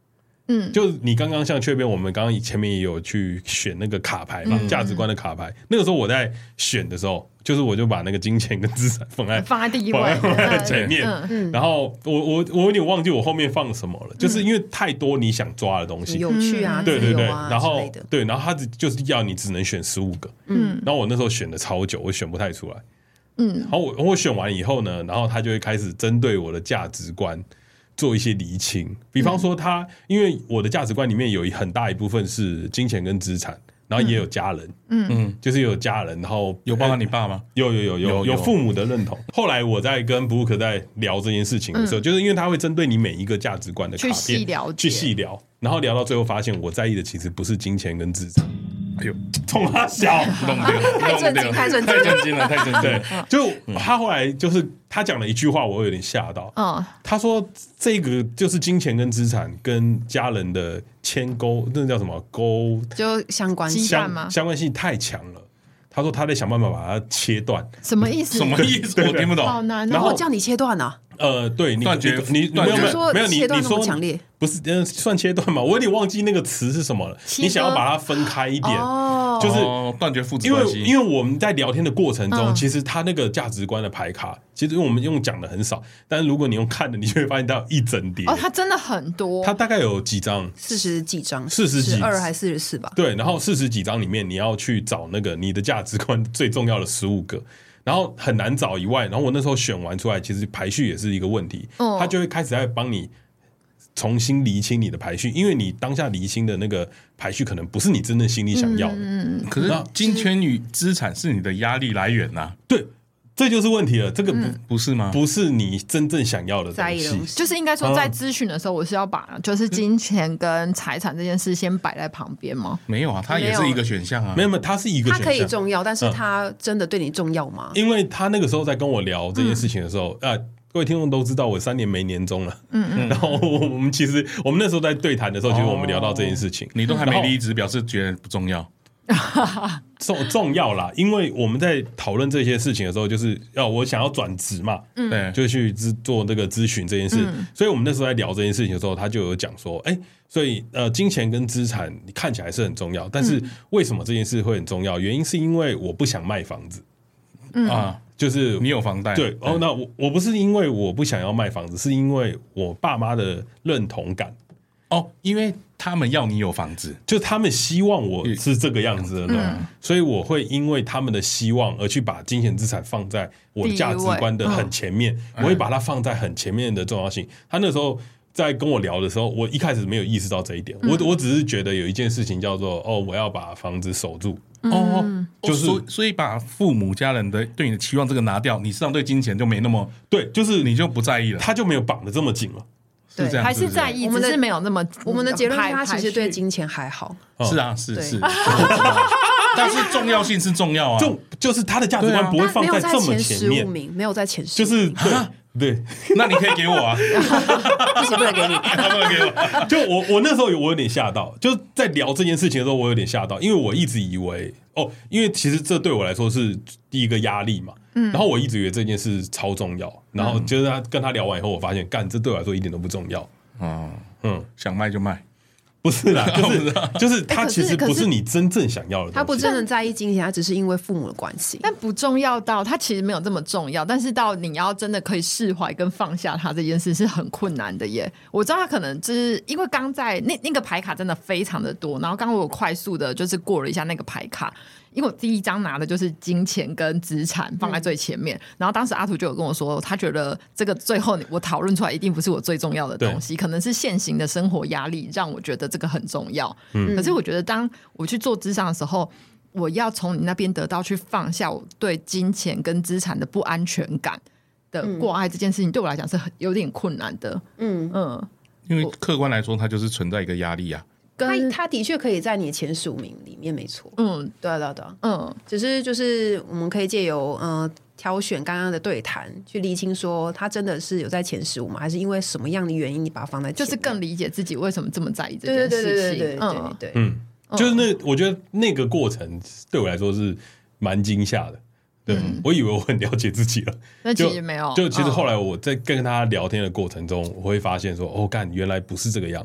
嗯，就你刚刚像雀边，我们刚刚前面也有去选那个卡牌嘛，价、嗯、值观的卡牌。那个时候我在选的时候，就是我就把那个金钱跟资产放在放在第一位， 放在前面。嗯嗯、然后我我我有点忘记我后面放什么了，就是因为太多你想抓的东西， 有趣啊， 对对对， 啊、 然后对，然后他就是要你只能选十五个。嗯，然后我那时候选的超久，我选不太出来。嗯，然后我我选完以后呢，然后他就会开始针对我的价值观做一些厘清，比方说他，嗯、因为我的价值观里面有很大一部分是金钱跟资产，然后也有家人，嗯嗯，就是有家人，然后有包括你爸吗？ 有有有有有父母的认同。后来我在跟布鲁克在聊这件事情的时候，嗯、就是因为他会针对你每一个价值观的卡片去细了解， 去细聊，然后聊到最后发现，我在意的其实不是金钱跟资产。哎呦，冲他笑， 弄掉， 太震惊，太震惊， 太震惊了，太震惊了。 对，就他后来就是他讲了一句话，我有点吓到。嗯，他说这个就是金钱跟资产跟家人的牵勾，那叫什么勾？ 就相关性相相关性太强了。他说他在想办法把它切断。 什么意思？ 什么意思？我听不懂。 好难。 然后叫你切断啊？ 呃，对， 断绝， 你你没有没有你你说强烈不是嗯算切断嘛？我有点忘记那个词是什么了。你想要把它分开一点，哦、就是断绝父子关系。 因为因为我们在聊天的过程中，嗯、其实他那个价值观的牌卡，其实我们用讲的很少，但是如果你用看的，你就会发现它有一整叠。 哦，它真的很多。 它大概有几张？ 四十几张， 四十几二还是四十四吧？ 对，然后四十几张里面，你要去找那个你的价值观最重要的十五个。然后很难找以外，然后我那时候选完出来，其实排序也是一个问题，哦、他就会开始在帮你重新厘清你的排序，因为你当下厘清的那个排序可能不是你真正心里想要的。 嗯，可是金钱与资产是你的压力来源呐、啊， 对。这就是问题了，这个不、嗯、 不是吗？ 不是你真正想要的东西， 就是应该说在咨询的时候，我是要把就是金钱跟财产这件事先摆在旁边吗？ 没有啊，它也是一个选项啊， 没有没有，它是一个选项， 它可以重要，但是它真的对你重要吗？ 嗯、因为他那个时候在跟我聊这件事情的时候，嗯、呃，各位听众都知道我三年没年终了，嗯嗯，然后我们其实我们那时候在对谈的时候，其实我们聊到这件事情，哦、 你都还没离职，表示觉得不重要。 重重要啦，因为我们在讨论这些事情的时候，就是要我想要转职嘛，嗯，就去做这个咨询这件事、嗯。所以我们那时候在聊这件事情的时候，他就有讲说，哎、欸，所以呃，金钱跟资产看起来是很重要，但是为什么这件事会很重要？原因是因为我不想卖房子，嗯啊，就是你有房贷， 对，哦，那我我不是因为我不想要卖房子，是因为我爸妈的认同感。 哦，因为他们要你有房子， 就他们希望我是这个样子的人、嗯，所以我会因为他们的希望而去把金钱资产放在我的价值观的很前面，我会把它放在很前面的重要性。他那时候在跟我聊的时候，我一开始没有意识到这一点，嗯、我我只是觉得有一件事情叫做哦，我要把房子守住。 哦，就是所以所以把父母家人的对你的期望这个拿掉，你实际上对金钱就没那么对，就是你就不在意了， 他就没有绑得这么紧了。 对，还是在意，只是没有那么。 我们的结论，他其实对金钱还好。 是啊，是是，但是重要性是重要啊， 就就是他的价值观不会放在这么前面， 没有在前十， 就是对对。 那你可以给我啊， 不行，不能给你， 不能给我。 就我我那时候我有点吓到，就在聊这件事情的时候，我有点吓到，因为我一直以为哦，因为其实这对我来说是第一个压力嘛。嗯、然后我一直以为这件事超重要，然后就是他跟他聊完以后，我发现干这对我来说一点都不重要。 嗯嗯，想卖就卖， 不是啦，就是就是他其实不是你真正想要的东西。 他不真的在意金钱，他只是因为父母的关系， 但不重要到他其实没有这么重要。但是到你要真的可以释怀跟放下他这件事是很困难的耶。我知道他可能就是因为刚在那那个牌卡真的非常的多，然后刚刚我有快速的就是过了一下那个牌卡。因为我第一张拿的就是金钱跟资产放在最前面、嗯、然后当时阿图就有跟我说他觉得这个最后我讨论出来一定不是我最重要的东西，可能是现行的生活压力让我觉得这个很重要、嗯、可是我觉得当我去做咨商的时候，我要从你那边得到去放下我对金钱跟资产的不安全感的挂碍这件事情对我来讲是很有点困难的。嗯嗯，因为客观来说它就是存在一个压力啊， 他他的确可以在你的前十五名里面，没错。嗯，对啊，对啊，对啊。嗯，只是就是我们可以借由呃挑选刚刚的对谈，去厘清说他真的是有在前十五吗？还是因为什么样的原因你把它放在前面， 就是更理解自己为什么这么在意这件事情。 对对对对对对对对。 嗯，就是那我觉得那个过程对我来说是蛮惊吓的。对、嗯，我以为我很了解自己了， 但其实没有。 就其实后来我在跟他聊天的过程中，我会发现说，哦，干，原来不是这个样子。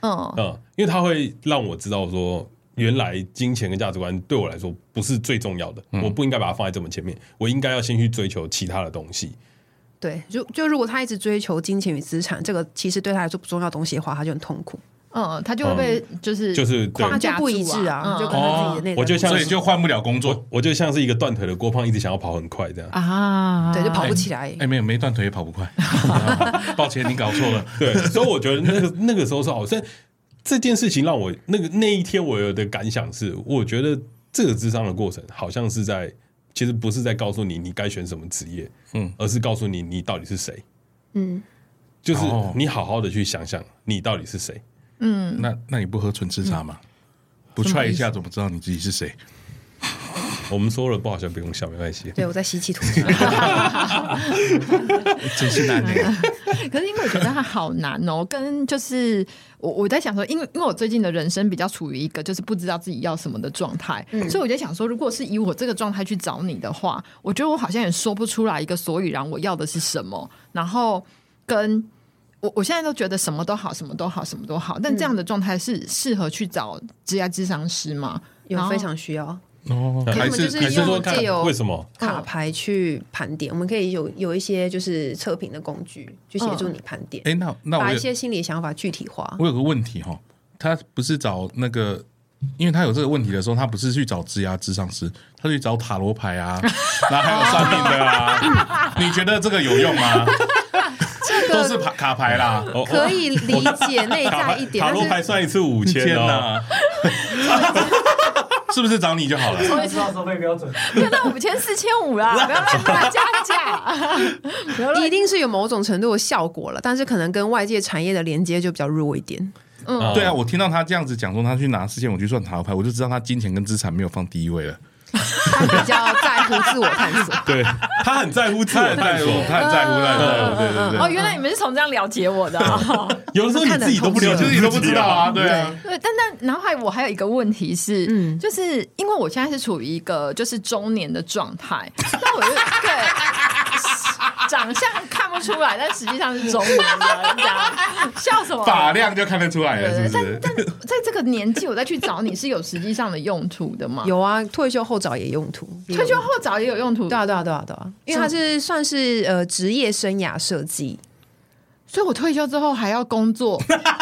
嗯嗯，因为它会让我知道说，原来金钱跟价值观对我来说不是最重要的，嗯、我不应该把它放在这么前面，我应该要先去追求其他的东西。 对，就就如果他一直追求金钱与资产，这个其实对他来说不重要的东西的话，他就很痛苦。 嗯，他就会被就是就是框架就不一致啊， 嗯、 就跟他自己的那个， 我就像所以就换不了工作， 我就像是一个断腿的郭胖，一直想要跑很快这样啊， 对，就跑不起来。 哎、欸欸，没有没断腿也跑不快，抱歉，你搞错了。 对，所以我觉得那个那个时候是好，所以这件事情让我那个那一天我有的感想是，我觉得这个諮商的过程好像是在，其实不是在告诉你你该选什么职业，嗯，而是告诉你你到底是谁，嗯，就是你好好的去想想你到底是谁。 嗯，那那你不喝纯吃茶吗？嗯、不踹一下怎么知道你自己是谁？ 我们说了不好笑不用笑，没关系。 对，我在吸气吐气， 真是难的。 可是因为我觉得它好难哦，跟就是我我在想说，因为因为我最近的人生比较处于一个就是不知道自己要什么的状态，嗯、所以我在想说，如果是以我这个状态去找你的话，我觉得我好像也说不出来一个所以然，我要的是什么，然后跟。我我现在都觉得什么都好，什么都好，什么都好，但这样的状态是适合去找职业諮商师吗？ 有非常需要哦， 还是就是用借由为什么卡牌去盘点？我们可以有有一些就是测评的工具去协助你盘点。 哎、嗯，那那我把一些心理想法具体化。 我有个问题哈，他不是找那个，因为他有这个问题的时候，他不是去找职业諮商师，他去找塔罗牌啊，然后还有算命的啊。你觉得这个有用吗？ 这个都是卡牌啦， 可以理解内在一点。 塔罗牌算一次五千呢， 是不是找你就好了？ 我知道收费标准，变到五千四千五啦，不要乱加价。 一定是有某种程度的效果了，但是可能跟外界产业的连接就比较弱一点。 嗯，对啊，我听到他这样子讲说，他去拿四千五去算塔罗牌，我就知道他金钱跟资产没有放第一位了。 他比较在乎自我探索， 对他很在乎自我探索， 他很在乎，他很在乎，对对对。 哦，原来你们是从这样了解我的、啊， 有的时候你自己都不了解，自己都不知道啊，对啊。 对，但但然后还我还有一个问题是，嗯，就是因为我现在是处于一个就是中年的状态，但我就对。长相看不出来，但实际上是中年人，这样笑什么？ 发量就看得出来了，是不是？ 但但在这个年纪，我再去找你是有实际上的用途的吗？ 有啊，退休后找也用途， 退休后找也有用途。 对啊，对啊，对啊，对啊，因为它是算是呃职业生涯设计， 所以我退休之后还要工作。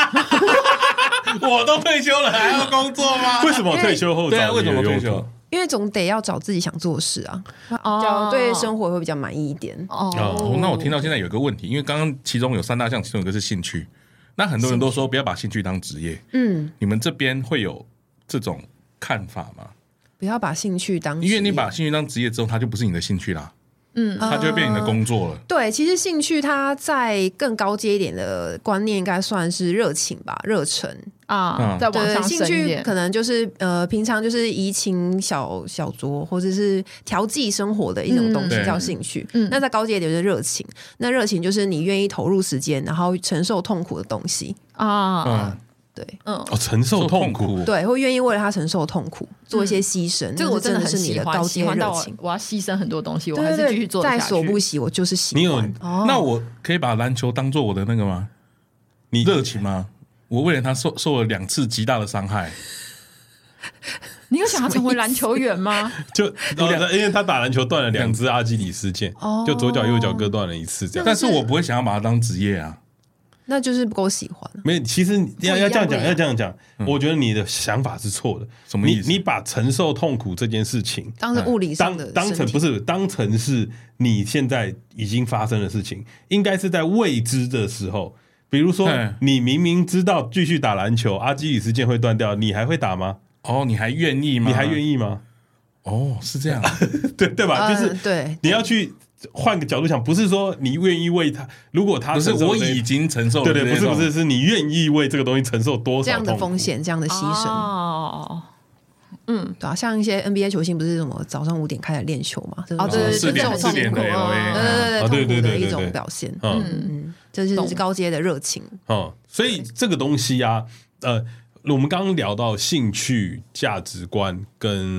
我都退休了，还要工作吗？ 为什么退休后找？ 对啊，为什么退休？ 因为总得要找自己想做的事啊，哦，对生活会比较满意一点。 哦，哦那我听到现在有一个问题，因为刚刚其中有三大项，其中有一个是兴趣，那很多人都说不要把兴趣当职业。嗯，你们这边会有这种看法吗？ 不要把兴趣当职业， 因为你把兴趣当职业之后，它就不是你的兴趣啦。嗯，它就会变你的工作了。 呃、对，其实兴趣它在更高阶一点的观念，应该算是热情吧，热忱啊，再往上升一点。兴趣可能就是呃，平常就是怡情小小酌，或者是调剂生活的一种东西，嗯、叫兴趣。嗯，那在高阶一点就是热情，那热情就是你愿意投入时间，然后承受痛苦的东西啊。嗯对， 嗯，哦，承受痛苦， 对，会愿意为了他承受痛苦，做一些牺牲， 嗯、这个我真的很是你的高阶热情。 我要牺牲很多东西，我还是继续做下去。 在所不惜，我就是喜欢。 你有、哦，那我可以把篮球当做我的那个吗？你热情吗？我为了他受受了两次极大的伤害。 你有想要成为篮球员吗？ 就因为他打篮球断了两只阿基里斯腱，哦、就左脚右脚各断了一次这样。 但是我不会想要把它当职业啊。 那就是不够喜欢。 没有，其实要要这样讲，要这样讲、嗯。我觉得你的想法是错的。 什么意思？ 你你把承受痛苦这件事情当成物理上的， 当当成不是当成是你现在已经发生的事情，应该是在未知的时候。比如说，你明明知道继续打篮球，阿基里斯腱会断掉，你还会打吗？ 哦，你还愿意吗？ 你还愿意吗？ 哦，是这样， 对对吧？ 嗯、 就是对， 你要去。换个角度想，不是说你愿意为他，如果他不是我已经承受了， 对对，不是不是，是你愿意为这个东西承受多少这样的风险，这样的牺牲。哦，嗯，对啊，像一些 N B A 球星不是什么早上五点开始练球嘛？ 哦，对对， 四点四点的， 对对对，痛苦的一种表现。嗯嗯，这是高阶的热情。 哦，所以这个东西啊，呃，我们刚刚聊到兴趣、价值观跟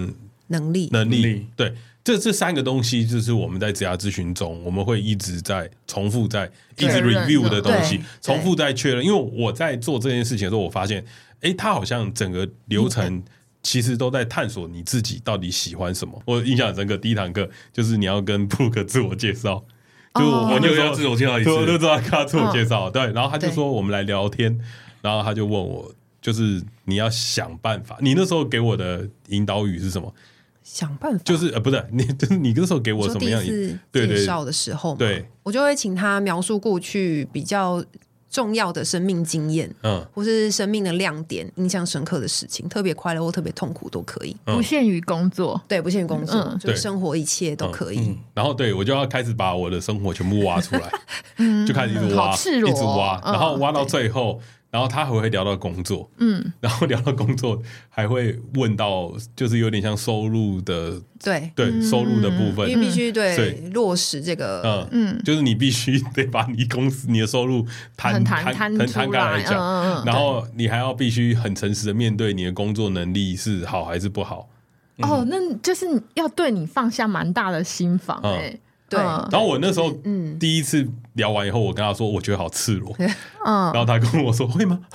能力能力对。这这三个东西就是我们在职涯咨询中，我们会一直在重复在一直 review 的东西，重复在确认。因为我在做这件事情的时候，我发现，哎，它好像整个流程其实都在探索你自己到底喜欢什么。我印象很深刻，第一堂课就是你要跟布鲁克自我介绍，就我就要自我介绍一次， 我就知道跟他自我介绍，对，然后他就说我们来聊天，然后他就问我，就是你要想办法。你那时候给我的引导语是什么？ 想办法， 就是呃，不是你，就是你那时候给我什么样第一次介绍的时候， 对， 我就会请他描述过去比较重要的生命经验，嗯，或是生命的亮点、印象深刻的事情，特别快乐或特别痛苦都可以， 不限于工作， 对，不限于工作，嗯、就是生活一切都可以。嗯嗯、 然后对我就要开始把我的生活全部挖出来，就开始一直挖， 嗯、 一直挖，然后挖到最后。然后他还会聊到工作，嗯，然后聊到工作还会问到，就是有点像收入的， 对对，嗯、收入的部分， 因为必须对落实这个， 嗯，就是你必须得把你公司你的收入摊摊摊摊开来讲，嗯嗯、然后你还要必须很诚实的面对你的工作能力是好还是不好。 嗯、哦，那就是要对你放下蛮大的心防哎、欸。嗯对， 然后我那时候第一次聊完以后，我跟他说我觉得好赤裸，嗯，然后他跟我说会吗？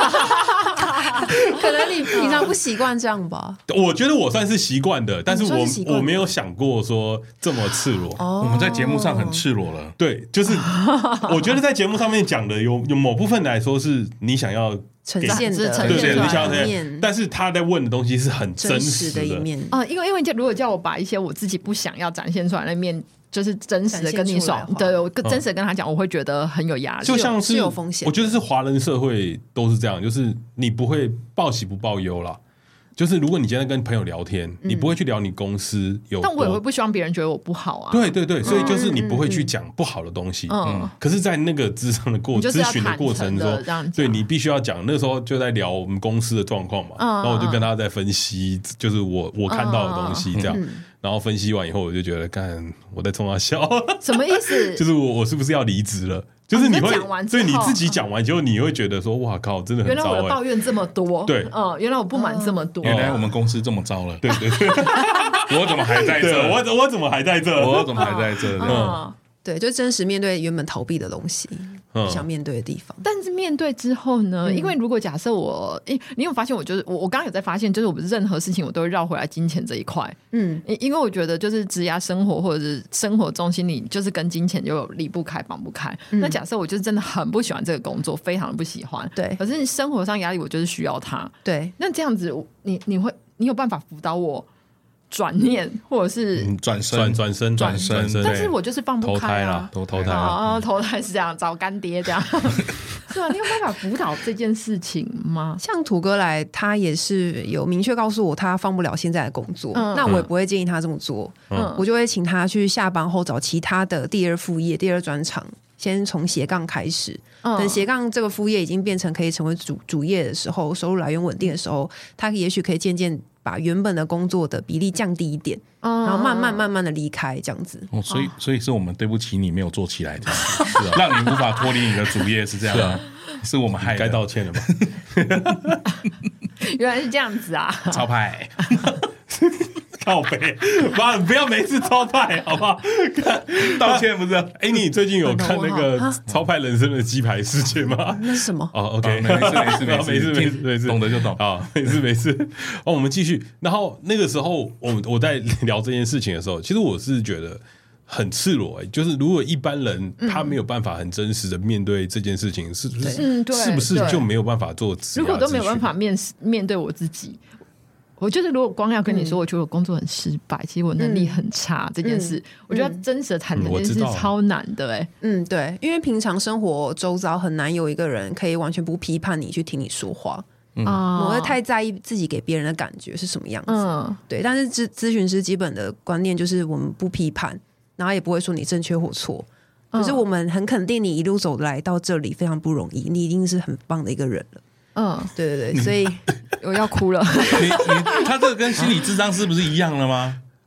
可能你平常不习惯这样吧。 我觉得我算是习惯的，但是我我没有想过说这么赤裸。 哦，我们在节目上很赤裸了。 对，就是我觉得在节目上面讲的有有某部分来说是你想要呈现的， 对对，你想要呈现，但是他在问的东西是很真实的一面。 哦，因为因为如果叫我把一些我自己不想要展现出来的面。就是真实的跟你说，对，我真实的跟他讲，我会觉得很有压力， 就像是有风险。 我觉得是华人社会都是这样，就是你不会报喜不报忧啦。就是如果你今天跟朋友聊天，你不会去聊你公司有， 但我也会不希望别人觉得我不好啊。 对对对，所以就是你不会去讲不好的东西。嗯，可是，在那个咨商的过咨询的过程中，对你必须要讲。那时候就在聊我们公司的状况嘛，然后我就跟他在分析，就是我我看到的东西这样。然后分析完以后，我就觉得，干，我在冲他笑， 什么意思？ 就是我我是不是要离职了？就是你会，所以你自己讲完之后，你会觉得说，哇靠，真的很糟、欸。 原来我的抱怨这么多， 对， 嗯，原来我不满这么多， 原来我们公司这么糟了， 对对对， 我怎么还在这？ 我我怎么还在这？ 我怎么还在这？嗯， 对，就真实面对原本逃避的东西。不想面对的地方， 但是面对之后呢？嗯、因为如果假设我，诶，你有发现我就是我，我刚刚有在发现，就是我们任何事情我都会绕回来金钱这一块，嗯，因为我觉得就是职涯生活或者是生活中心里，就是跟金钱就离不开、绑不开。嗯、那假设我就是真的很不喜欢这个工作，非常的不喜欢， 对， 可是生活上压力我就是需要它， 对， 那这样子你你会你有办法辅导我？转念或者是转身转身转身， 但是我就是放不开啊， 投胎了， 哦，投胎是这样，找干爹这样，是吧？你有办法辅导这件事情吗？ 像土哥来，他也是有明确告诉我，他放不了现在的工作，嗯、那我也不会建议他这么做，嗯、我就会请他去下班后找其他的第二副业、第二专长。先从斜杠开始，等斜杠这个副业已经变成可以成为主主业的时候，收入来源稳定的时候，他也许可以渐渐把原本的工作的比例降低一点，嗯、然后慢慢慢慢的离开这样子。 哦，所以所以是我们对不起你没有做起来的，是啊，让你无法脱离你的主业是这样啊，是我们害该道歉了吧？ 原来是这样子啊， 超派。 靠北，妈，不要每次超派好不好？道歉不是？哎、欸，你最近有看那个超派人生的鸡排事件吗？ 那是什么？ 哦 ，OK， 没事没事没事没事没事， 懂得就懂啊，没事没事。哦，我们继续。然后那个时候，我我在聊这件事情的时候，其实我是觉得很赤裸、欸，就是如果一般人他没有办法很真实的面对这件事情，是不是？ 嗯，对， 是不是就没有办法做？ 如果都没有办法面面对我自己。我觉得如果光要跟你说，我觉得我工作很失败，嗯、其实我能力很差、嗯、这件事，嗯、我觉得真实的谈这件事超难的哎、欸。 嗯，对，因为平常生活周遭很难有一个人可以完全不批判你去听你说话。嗯，我会太在意自己给别人的感觉是什么样子。嗯，对。但是咨咨询师基本的观念就是我们不批判，然后也不会说你正确或错。可是我们很肯定你一路走来到这里非常不容易，你一定是很棒的一个人了。嗯，对对对，所以我要哭了。 你你他这个跟心理咨商师不是一样的吗？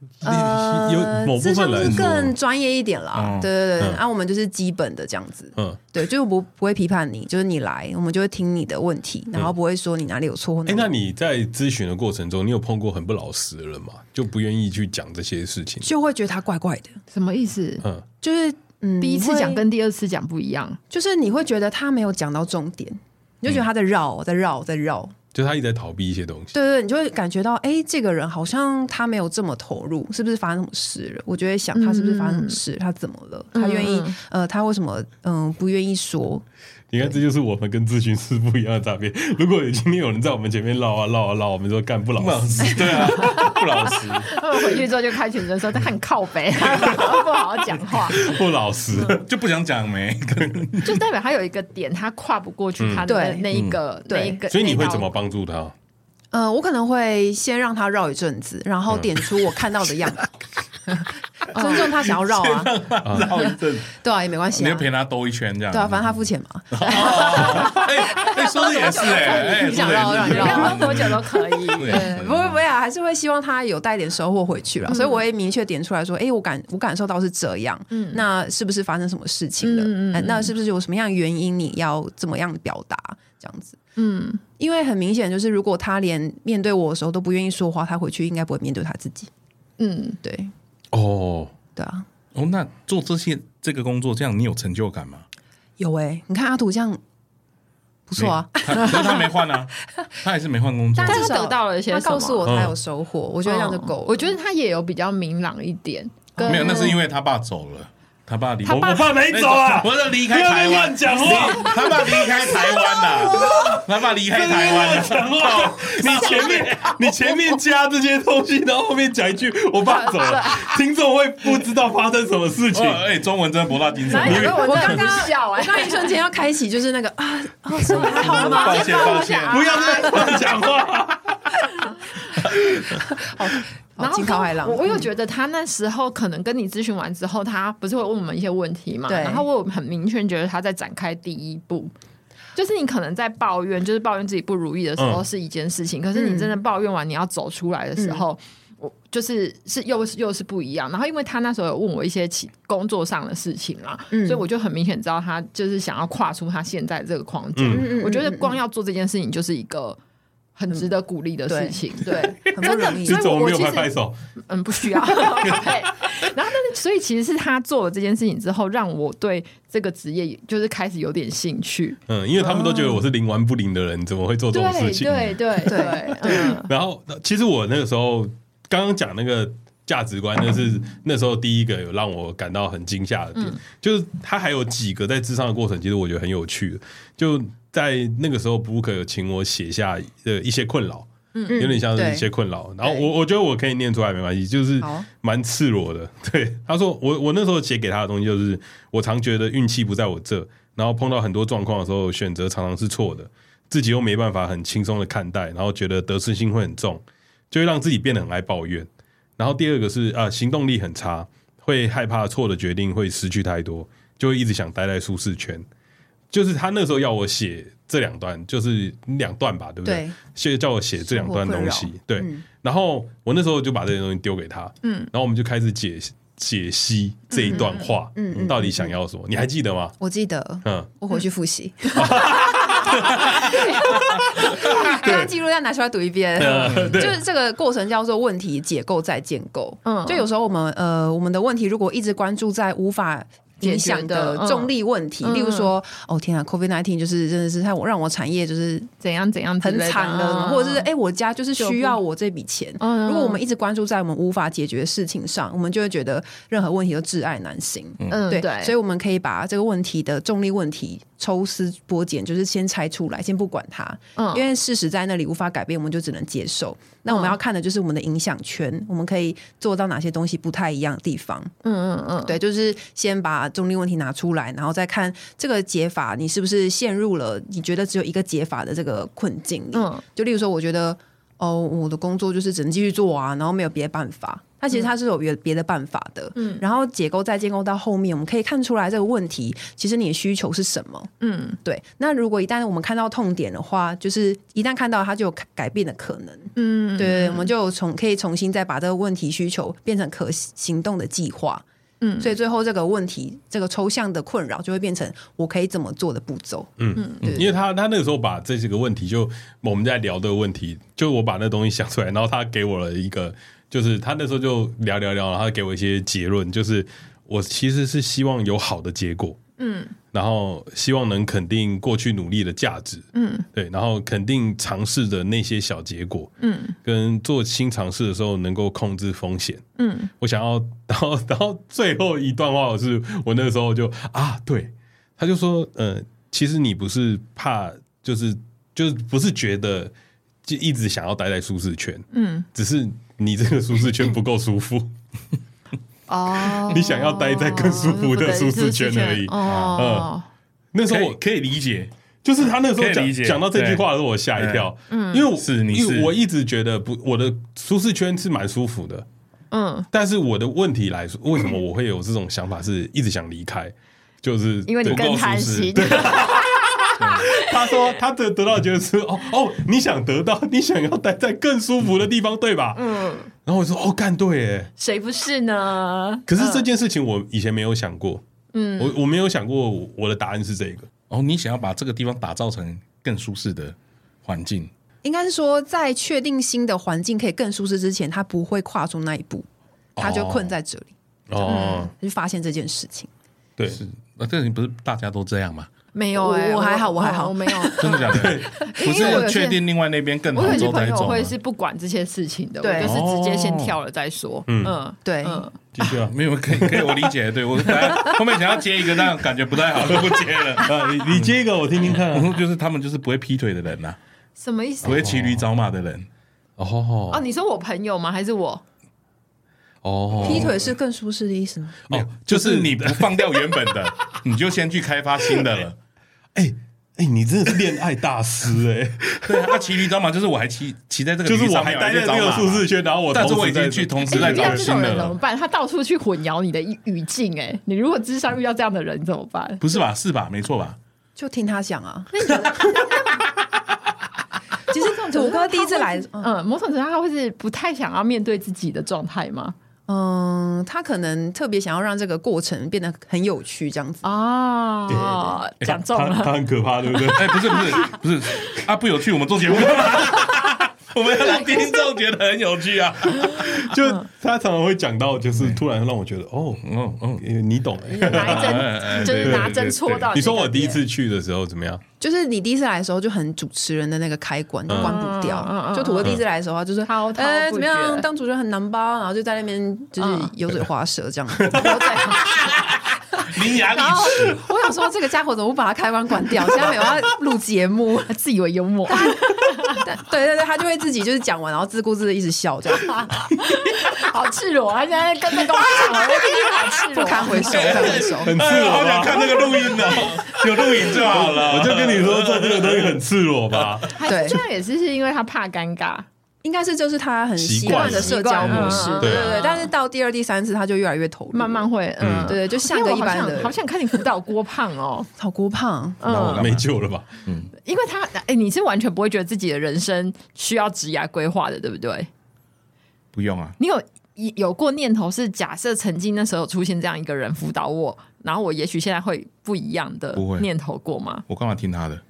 呃，有某部分人是更专业一点啦，嗯、对对对，然、嗯、后、啊、我们就是基本的这样子，嗯，对，就不不会批判你，就是你来，我们就会听你的问题，然后不会说你哪里有错。哎、 嗯欸，那你在咨询的过程中，你有碰过很不老实的人吗？就不愿意去讲这些事情， 就会觉得他怪怪的， 什么意思？嗯， 就是嗯， 第一次讲跟第二次讲不一样， 就是你会觉得他没有讲到重点，你就觉得他在绕，在绕，在绕。 就他一直在逃避一些东西， 对对，你就会感觉到，哎，这个人好像他没有这么投入，是不是发生什么事了？我就会想，他是不是发生什么事？嗯、他怎么了？他愿意，呃，他为什么，嗯、呃，不愿意说？ 你看，这就是我们跟咨询师不一样的差别。如果今天有人在我们前面唠啊唠啊唠，我们说干不老实， 对啊，不老实。 他们回去之后就开群的时候，他很靠北，不好好讲话， 不老实， 就不想讲没， 就代表他有一个点，他跨不过去他的那一个、嗯、那一个。 所以你会怎么帮助他？ 呃，我可能会先让他绕一阵子，然后点出我看到的样子。尊重他想要绕啊， 绕一阵， 对啊，也没关系、啊， 你就陪他兜一圈这样， 对啊，反正他付钱嘛。 哎、欸，说的也是哎、欸， 你想绕让你绕多久都可以， 对，不会不会啊，还是会希望他有带点收获回去了、嗯，所以我会明确点出来说，哎、欸，我感我感受到是这样，嗯，那是不是发生什么事情了？嗯嗯、那是不是有什么样的原因你要怎么样的表达这样子？嗯，因为很明显就是，如果他连面对我的时候都不愿意说话，他回去应该不会面对他自己。嗯，对。 哦， 对啊。 哦，那做这些这个工作，这样你有成就感吗？ 有哎、欸，你看阿土这样不错啊， 可是他没换啊，他还是没换工作， 但是他得到了一些什么， 他告诉我他有收获、嗯，我觉得这样就够了、嗯。 我觉得他也有比较明朗一点， 没有，那是因为他爸走了。他爸离， 我爸没走啊！ 我是离开台湾， 讲话。 他爸离开台湾了，他爸离开台湾了。 讲话，你前面你前面加这些东西，然后后面讲一句我爸走了，听众会不知道发生什么事情。 哎、欸，中文真的博大精深。 我刚刚笑哎，我刚一瞬间要开启就是那个啊，哦，所以还好了吗？ 抱歉抱歉， 不要再乱讲话。 好。然后我我又觉得他那时候可能跟你咨询完之后，他不是会问我们一些问题嘛？然后我很明确觉得他在展开第一步，就是你可能在抱怨，就是抱怨自己不如意的时候是一件事情，嗯、可是你真的抱怨完，你要走出来的时候，嗯、我就是是又是又是不一样。然后因为他那时候有问我一些工作上的事情啦，嗯、所以我就很明显知道他就是想要跨出他现在这个框架。嗯、我觉得光要做这件事情就是一个很值得鼓励的事情，嗯、对， 对很不容易。 所以我没有拍拍手， 嗯，不需要。然后，但是，所以其实是他做了这件事情之后，让我对这个职业就是开始有点兴趣。 嗯，因为他们都觉得我是灵顽不灵的人，怎么会做这种事情？ 对对对对。嗯、 然后，其实我那个时候刚刚讲那个价值观，那是那时候第一个有让我感到很惊吓的点，嗯、就是他还有几个在諮商的过程，其实我觉得很有趣的，就。在那个时候 Brooke 有请我写下的一些困扰，嗯，有点像是一些困扰。然后我我觉得我可以念出来没关系，就是蛮赤裸的。对，他说我我那时候写给他的东西就是，我常觉得运气不在我这，然后碰到很多状况的时候，选择常常是错的，自己又没办法很轻松的看待，然后觉得得失心会很重，就会让自己变得很爱抱怨。然后第二个是啊，行动力很差，会害怕错的决定会失去太多，就会一直想待在舒适圈。就是他那时候要我写这两段，就是两段吧，对不对？对，叫我写这两段东西，对、嗯。然后我那时候就把这些东西丢给他，嗯，然后我们就开始解解析这一段话，嗯，嗯到底想要什么？嗯、你还记得吗？ 我记得，嗯，我回去复习。刚刚记录要拿出来读一遍，嗯、就是这个过程叫做问题解构再建构。嗯，就有时候我们呃，我们的问题如果一直关注在无法影响的重力问题，嗯、例如说，哦天啊 ，COVID 十九 就是真的是让让我产业就是怎样怎样很惨的，嗯、或者是哎、欸，我家就是需要我这笔钱。嗯、如果我们一直关注在我们无法解决的事情上，我们就会觉得任何问题都至爱难行。嗯，对，对，所以我们可以把这个问题的重力问题抽丝剥茧，就是先拆出来，先不管它，嗯、因为事实在那里无法改变，我们就只能接受。那我们要看的就是我们的影响圈，我们可以做到哪些东西不太一样的地方。嗯嗯嗯，对，就是先把中立问题拿出来，然后再看这个解法，你是不是陷入了你觉得只有一个解法的这个困境里。嗯，就例如说，我觉得哦，我的工作就是只能继续做啊，然后没有别的办法。 它其实它是有别别的办法的。嗯，然后解构再建构到后面，我们可以看出来这个问题，其实你的需求是什么？嗯，对。那如果一旦我们看到痛点的话，就是一旦看到它就有改变的可能。嗯，对，我们就重可以重新再把这个问题需求变成可行动的计划。嗯，所以最后这个问题，这个抽象的困扰就会变成我可以怎么做的步骤。 嗯嗯，因为他他那个时候把这几个问题，就我们在聊的问题，就我把那东西想出来，然后他给我了一个，就是他那时候就聊聊聊，然后他给我一些结论，就是我其实是希望有好的结果。嗯，然后希望能肯定过去努力的价值，嗯，对，然后肯定尝试的那些小结果，嗯，跟做新尝试的时候能够控制风险，嗯，我想要，然后然后最后一段话是我那个时候就啊，对，他就说，呃，其实你不是怕，就是就是不是觉得就一直想要待在舒适圈，嗯，只是你这个舒适圈不够舒服。哦，你想要待在更舒服的舒适圈而已。哦，嗯，那时候我可以理解， 就是他那时候讲讲到这句话的时候，我吓一跳。嗯，因为是你是我一直觉得不，我的舒适圈是蛮舒服的。嗯，但是我的问题来说，为什么我会有这种想法，是一直想离开？就是因为你更贪心。 他说他得得到觉得是哦哦，你想得到，你想要待在更舒服的地方，对吧？嗯。然后我说哦，干对耶， 谁不是呢？ 可是这件事情我以前没有想过，嗯，我我没有想过我的答案是这个。 哦，你想要把这个地方打造成更舒适的环境， 应该是说在确定新的环境可以更舒适之前，他不会跨出那一步，他就困在这里。哦，他就发现这件事情。 对， 是那这里不是大家都这样吗？ 没有哎、欸， 我还好，我还好， 我没有， 真的假的？不是确定另外那边更好之后再走吗？ 我会是不管这些事情的，我就是直接先跳了再说。嗯，嗯对， 嗯， 继续啊，没有可以可以，我理解。对我后面想要接一个，但感觉不太好，就不接了。 啊，你你接一个，我听听看、啊。 就是他们就是不会劈腿的人呐、啊， 什么意思？ 不会骑驴找马的人。 哦哦，你说我朋友吗？还是我？ 哦，劈腿是更舒适的意思吗？ 哦，就是你不放掉原本的，你就先去开发新的了。 哎哎、欸欸，你真的是恋爱大师哎、欸！ 对啊，他骑驴找马就是我还骑骑在这个驴上面， 就是我还待在这个舒适圈，然后我但是我已经去同时在找新的了。 怎么办？他到处去混淆你的语境哎、欸！你如果智商遇到这样的人怎么办？ 不是吧？是吧？没错吧？ 就听他讲啊。其实土哥第一次来， 嗯，某种程度上他会是不太想要面对自己的状态吗？ 嗯，他可能特别想要让这个过程变得很有趣，这样子哦，讲中了， 他很可怕，对不对？ 哎，不是不是不是啊，不有趣，我们做节目干嘛？我们要让听众觉得很有趣啊！ 就他常常会讲到，就是突然让我觉得，哦，哦哦，你懂， 拿针就是拿针戳到。 你说我第一次去的时候怎么样？ 就是你第一次来的时候就很主持人的那个开关就关不掉，就土哥第一次来的时候就是呃怎么样当主持人很难吧，然后就在那边就是油嘴滑舌这样子。 伶牙俐齿， 我想说这个家伙怎么不把他开关关掉？现在没有要录节目， 自以为幽默。 对对对，他就会自己就是讲完，然后自顾自的一直笑，这样。 好赤裸，他现在跟在公场，我听听好赤裸， 不堪回首，不堪回首， 很赤裸。 好想看那个录音的，有录影就好了。 我就跟你说，做这个东西很赤裸吧。 对，这样也是是因为他怕尴尬。 应该是就是他很习惯的社交模式，对对对。但是到第二、第三次，他就越来越投入， 慢慢会，嗯， 对对，就像个一般的。 好想看你辅导郭胖哦， 好郭胖， 嗯，没救了吧？ 嗯，因为他，哎，你是完全不会觉得自己的人生需要职涯规划的，对不对？ 不用啊， 你有有过念头是假设曾经那时候出现这样一个人辅导我，然后我也许现在会不一样的念头过吗？ 我干嘛听他的？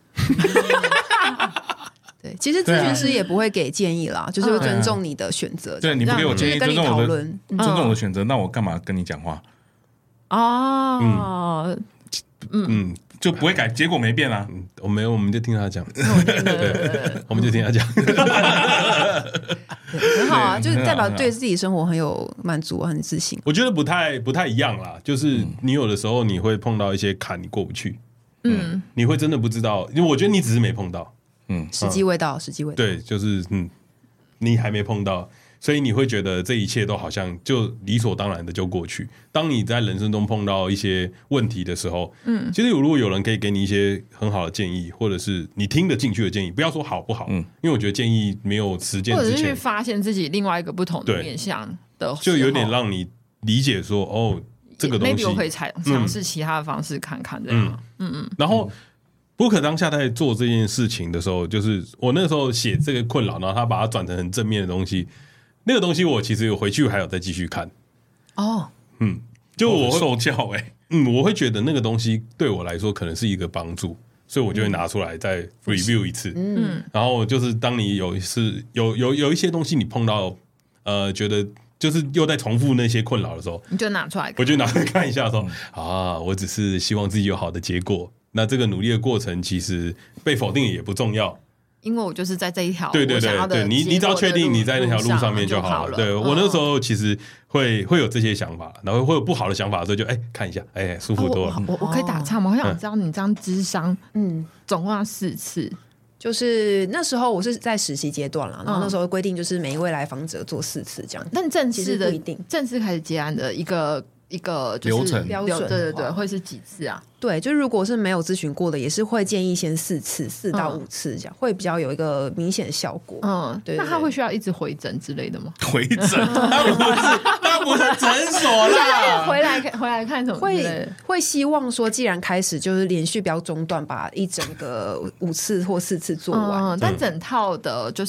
对，其实咨询师也不会给建议啦，就是会尊重你的选择。 对，你不给我建议， 跟你讨论， 尊重我的选择，那我干嘛跟你讲话？ 哦， 嗯嗯，就不会改，结果没变啊。 我没有，我们就听他讲，对，我们就听他讲， 很好啊，就是代表对自己生活很有满足，很自信。 我觉得不太不太一样啦，就是你有的时候你会碰到一些坎，你过不去，嗯，你会真的不知道，因为我觉得你只是没碰到。 嗯，时机未到，时机未到。 对，就是嗯，你还没碰到， 所以你会觉得这一切都好像就理所当然的就过去。当你在人生中碰到一些问题的时候，嗯，其实如果有人可以给你一些很好的建议，或者是你听得进去的建议，不要说好不好，嗯，因为我觉得建议没有实践之前， 或者是去发现自己另外一个不同的面向的， 就有点让你理解说，哦，这个东西 maybe 我可以尝试其他的方式看看这样，嗯嗯， 然后。布克当下在做这件事情的时候，就是我那个时候写这个困扰，然后他把它转成很正面的东西。那个东西我其实有回去还有再继续看。 哦， 嗯，就我会受教哎、欸， 嗯，我会觉得那个东西对我来说可能是一个帮助，所以我就会拿出来再 review 一次。嗯，然后就是当你有是有有有一些东西你碰到，呃，觉得就是又在重复那些困扰的时候， 你就拿出来看， 我就拿出来看一下说，嗯、啊，我只是希望自己有好的结果。那这个努力的过程，其实被否定也不重要， 因为我就是在这一条对对对对，你你只要确定你在那条路上面就好了。对我那时候其实会会有这些想法，然后会有不好的想法的时候就，就哎看一下，哎舒服多了。 我我可以打岔吗？我想知道你这样諮商，嗯，总共要四次。 就是那时候我是在实习阶段了，然后那时候规定就是每一位来访者做四次这样。 但正式的正式开始结案的一个。一个流程标准， 对对对，会是几次啊？ 对，就如果是没有咨询过的，也是会建议先四次，四到五次这样，嗯、会比较有一个明显的效果。 嗯，对, 对。那他会需要一直回诊之类的吗？ 回诊？他不是，他不是诊所啦。 回来回来看什么？ 会会希望说，既然开始就是连续不要中断，把一整个五次或四次做完。 嗯，但整套的就是。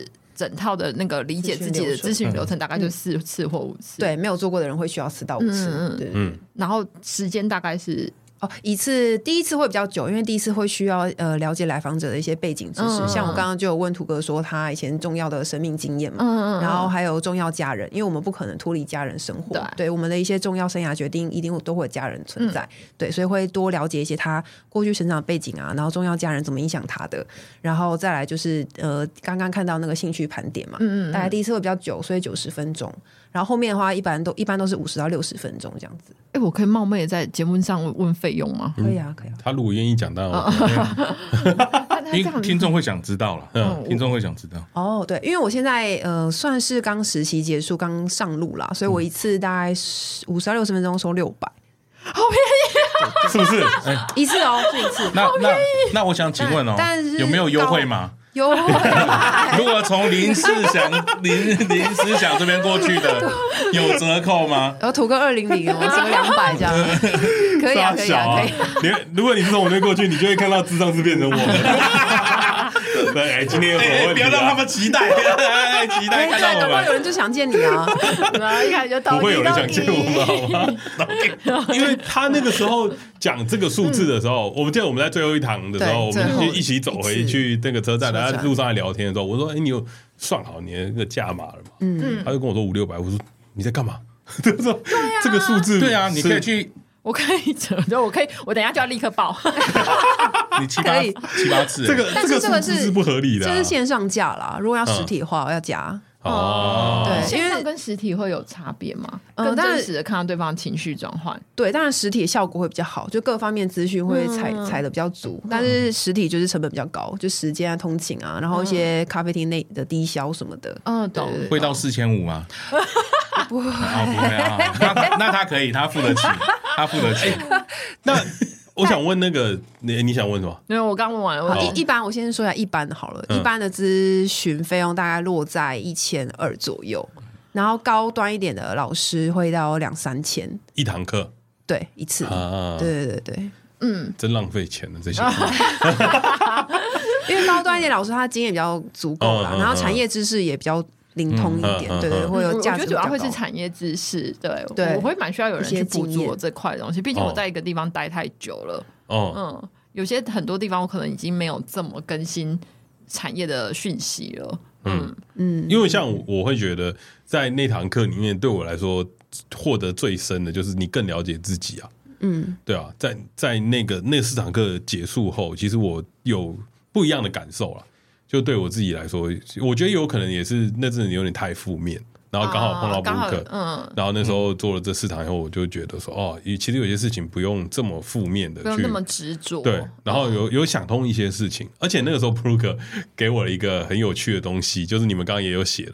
整套的那个理解自己的咨询流程大概就四次或五次， 对，没有做过的人会需要四到五次，嗯对， 嗯， 然后时间大概是哦，一次第一次会比较久，因为第一次会需要呃了解来访者的一些背景知识，嗯、像我刚刚就有问图哥说他以前重要的生命经验嘛，嗯、然后还有重要家人，因为我们不可能脱离家人生活，对, 对我们的一些重要生涯决定一定都会有家人存在，嗯、对，所以会多了解一些他过去成长背景啊，然后重要家人怎么影响他的，然后再来就是呃刚刚看到那个兴趣盘点嘛，嗯嗯，大概第一次会比较久，所以九十分钟。然后后面的话，一般都一般都是五十到六十分钟这样子。 哎，我可以冒昧在节目上问费用吗？ 可以啊，可以啊。 他如果愿意讲到， 因为听众会想知道了，嗯，听众会想知道。 哦，对，因为我现在呃算是刚实习结束，刚上路啦，所以我一次大概五十到六十分钟收六百， 好便宜， 是不是？ 哎，一次哦，是一次。 那那那我想请问哦， 但是有没有优惠码？ 优惠， 如果从林思想林林思想这边过去的有折扣吗？ 然后图个二零零，我折两百这样，可以啊，可以啊，可以、啊。 你如果你是从我那边过去，你就会看到智障是变成我们。对，今天有什么问题、啊？ 不要让他们期待，期待看到我们。 搞不好有人就想见你啊！ 一开始就不会有人想见我们，好吗？因为他那个时候讲这个数字的时候，嗯、我们记得我们在最后一堂的时候，我们就一起走回去那个车站，然后路上在聊天的时候，我说：“哎、欸，你有算好你的那个价码了吗？”嗯，他就跟我说五六百，我说：“你在干嘛？”他说：“对啊，这个数字， 对啊，你可以去。” 我可以折，就我可以，我等一下就要立刻报。 你七八七八次， 这个这个数字是不合理的、啊， 这是线上价啦。如果要实体的话，嗯、要加。 哦，对，线上跟实体会有差别吗？嗯、更真实的看到对方情绪转换。 对，当然实体效果会比较好，就各方面资讯会采采的比较足。嗯、但是实体就是成本比较高，就时间啊、通勤啊，然后一些咖啡厅内的低消什么的。 嗯，懂。 会到四千五吗？ 不会， 哦、不会啊。那那他可以，他付得起，他付得起。 那我想问那个，你你想问什么？ 因为我刚问完了。 一一般我先说一下一般的好了，嗯、一般的咨询费用大概落在一千二左右，然后高端一点的老师会到两三千一堂课， 对，一次， 啊、 对对对对， 嗯，真浪费钱了这些。 因为高端一点老师他经验比较足够啦，嗯、然后产业知识也比较灵通一点，嗯、对对，会有价值。 我觉得主要会是产业知识，对，对我会蛮需要有人去补助我这块东西。毕竟我在一个地方待太久了，哦、嗯，有些很多地方我可能已经没有这么更新产业的讯息了。嗯嗯，因为像我会觉得，在那堂课里面，对我来说获得最深的就是你更了解自己啊。嗯，对啊，在在那个那四堂课结束后，其实我有不一样的感受了。就对我自己来说，我觉得有可能也是那阵子有点太负面，然后刚好碰到布鲁克，嗯，然后那时候做了这四堂以后，我就觉得说，哦，其实有些事情不用这么负面的， 不用那么执着， 对，然后有有想通一些事情，而且那个时候布鲁克给我了一个很有趣的东西，就是你们刚刚也有写的，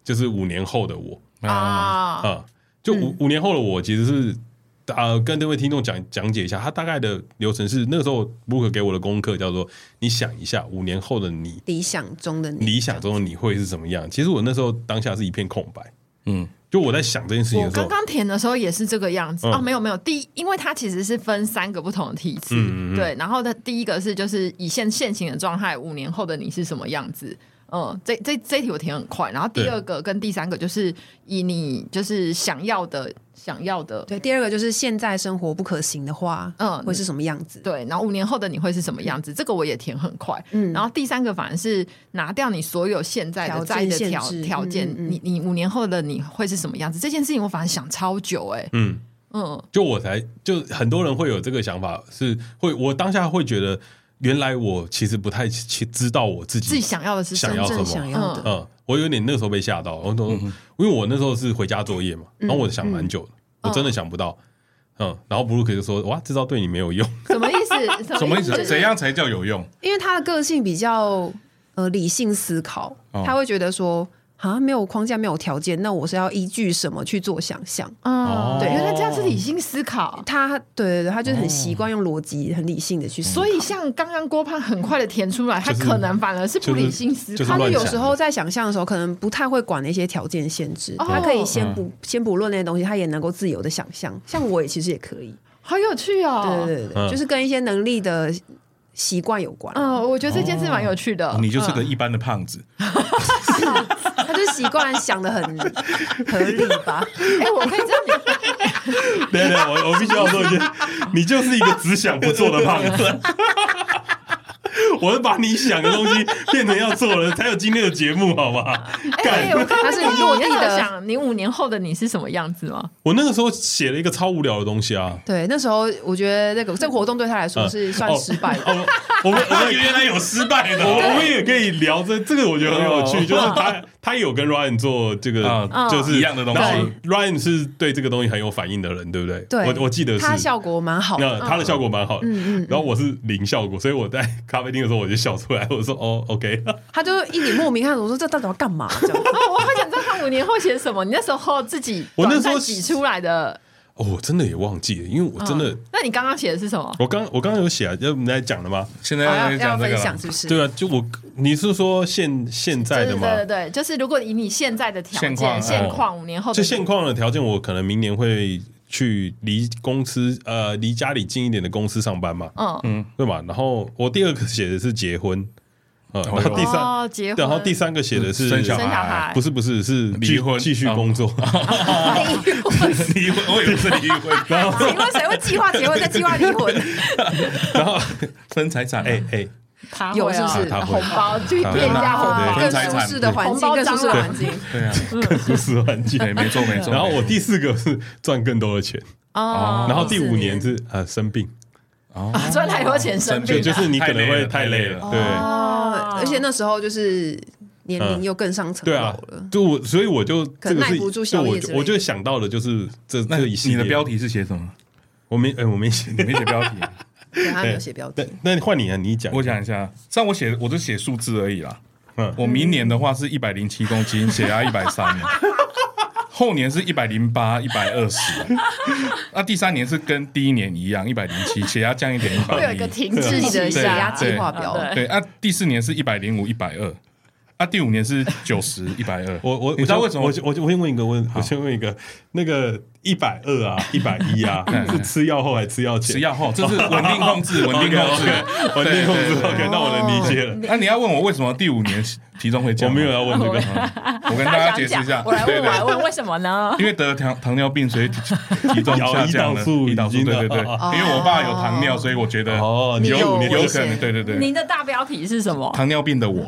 就是五年后的我啊、嗯，就五、嗯、五年后的我其实是呃跟这位听众讲讲解一下，他大概的流程是那个时候布克给我的功课叫做你想一下五年后的你， 理想中的你， 理想中的你会是什么样？其实我那时候当下是一片空白，嗯。就我在想这件事情的时候， 我刚刚填的时候也是这个样子、嗯、哦，没有没有，第一，因为它其实是分三个不同的题次，嗯嗯对，然后的第一个是就是以现现行的状态，五年后的你是什么样子，嗯，这这这一题我填很快，然后第二个跟第三个就是以你就是想要的想要的， 对，第二个就是现在生活不可行的话，嗯，会是什么样子？ 对，然后五年后的你会是什么样子？这个我也填很快，嗯，然后第三个反而是拿掉你所有现在的在意的条条件，嗯嗯你你五年后的你会是什么样子？这件事情我反而想超久、欸，哎，嗯嗯，就我才就很多人会有这个想法，是会我当下会觉得。原来我其实不太知道我自己自己想要的是想要什么， 想要的， 嗯，我有点那时候被吓到，我说，因为我那时候是回家作业嘛，然后我想蛮久的，我真的想不到，嗯，然后布鲁克就说，哇，这招对你没有用， 什么意思？ 什么意思？怎样才叫有用？ 因为他的个性比较呃理性思考，他会觉得说。啊，没有框架，没有条件，那我是要依据什么去做想象？ 嗯，对，原来这样是理性思考。 他，对对对，他就是很习惯用逻辑、很理性的去思考。 所以像刚刚郭胖很快的填出来，他可能反而是不理性思考。 就是他就有时候在想象的时候，可能不太会管那些条件限制，他可以先不先不论那些东西，他也能够自由的想象。像我也其实也可以， 好有趣哦。 对对对，就是跟一些能力的习惯有关。 嗯，我觉得这件事蛮有趣的。 你就是个一般的胖子。 他就习惯想的很合理吧？ 哎、欸，我可以这样。 对对，我我必须要说一件，你就是一个只想不做的胖子。我是把你想的东西变成要做了，才有今天的节目，好吗？ 哎、欸，他是你落地的想，你五年后的你是什么样子吗？ 我那个时候写了一个超无聊的东西啊。 对，那时候我觉得那个这个活动对他来说是算失败的。 嗯哦哦、我们我们原来有失败的，我们也可以聊这这个，我觉得很有趣，就是他他有跟 Ryan 做这个， 嗯、 就是一样的东西。 然后 Ryan 是对这个东西很有反应的人，对不对？ 对， 我我记得是他效果蛮好的， 那他的效果蛮好的。嗯嗯。然后我是零效果，所以我在咖啡厅的时候我就笑出来，我说哦 ，OK。 他就一脸莫名看我说这到底要干嘛？这样。 我好想知道他五年后写什么。你那时候自己我那时候挤出来的。 哦，我真的也忘记了，因为我真的。嗯、 那你刚刚写的是什么？ 我刚我刚刚有写啊，要我们来讲了吗？ 现在要要分享是不是？ 对啊，就我你是说现现在的吗？ 对对对，就是如果以你现在的条件、现况，五年后就现况的条件，我可能明年会去离公司呃离家里近一点的公司上班嘛，嗯嗯，对嘛。然后我第二个写的是结婚。嗯，然后第三， 哦、结婚， 然后第三个写的是生小孩， 不是不是是离婚， 继续工作。 离婚， 离婚，我以为是离婚。 然后，请问谁会计划结婚再计划离婚？ 然后分财产， 哎哎， 他有是不是？ 红包去变一下红包， 更舒适的环境，更舒适的环境， 对啊， 更舒适的环境， 对，没错没错。 然后我第四个是赚更多的钱，哦，然后第五年是呃生病。 哦，赚太多钱生病， 就是你可能会太累了，对。 哦，而且那时候就是年龄又更上层楼了， 对我，所以我就可能耐不住宵夜之类的， 我就想到了就是这这一系列。 你的标题是写什么？ 我没，哎，我没写， 你没写标题， 对，他没有写标题。 那换你啊，你讲， 我讲一下，像我写，我就写数字而已啦。嗯，我明年的话是一百零七公斤，血压一百三。后年是一百零八、一百二十，那第三年是跟第一年一样，一百零七，血压降一点，一百一。 会有一个停滞的血压计划表。 对，啊，第四年是一百零五、一百二，啊，第五年是九十、一百二。 我我你知道为什么？ 我我我先问一个问，我先问一个，那个一百二啊，一百一啊，是吃药后还是吃药前？ 吃药后，这是稳定控制，稳定控制， 稳定控制。OK， 那我能理解了。 那你要问我为什么第五年体重会降？ 我没有要问这个， 我跟大家解释一下。 我来问，我来问，为什么呢？ 因为得了糖糖尿病，所以体重下降了。胰岛素，对对对。因为我爸有糖尿，所以我觉得哦， 有有可能，对对对。 您的大标题是什么？ 糖尿病的我。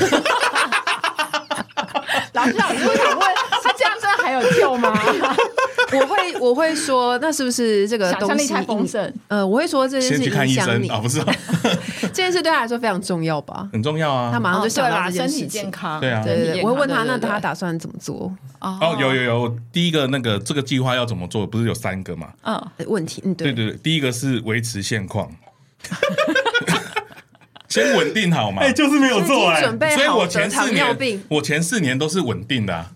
老师，老师，我想问，他这样真的还有救吗？ 我会我会说，那是不是这个东西太丰盛？ 呃，我会说这件事影响你啊，不是？ 这件事对他来说非常重要吧？ 很重要啊！ 他马上就想到这件事情，身体健康。 对啊， 对对对。我会问他，那他打算怎么做？ 哦，有有有，第一个那个这个计划要怎么做？不是有三个嘛？ 嗯，问题，嗯， 对对对，第一个是维持现况。先稳定好嘛， 哎，就是没有做哎， 准备好， 所以我前四年，我前四年都是稳定的啊。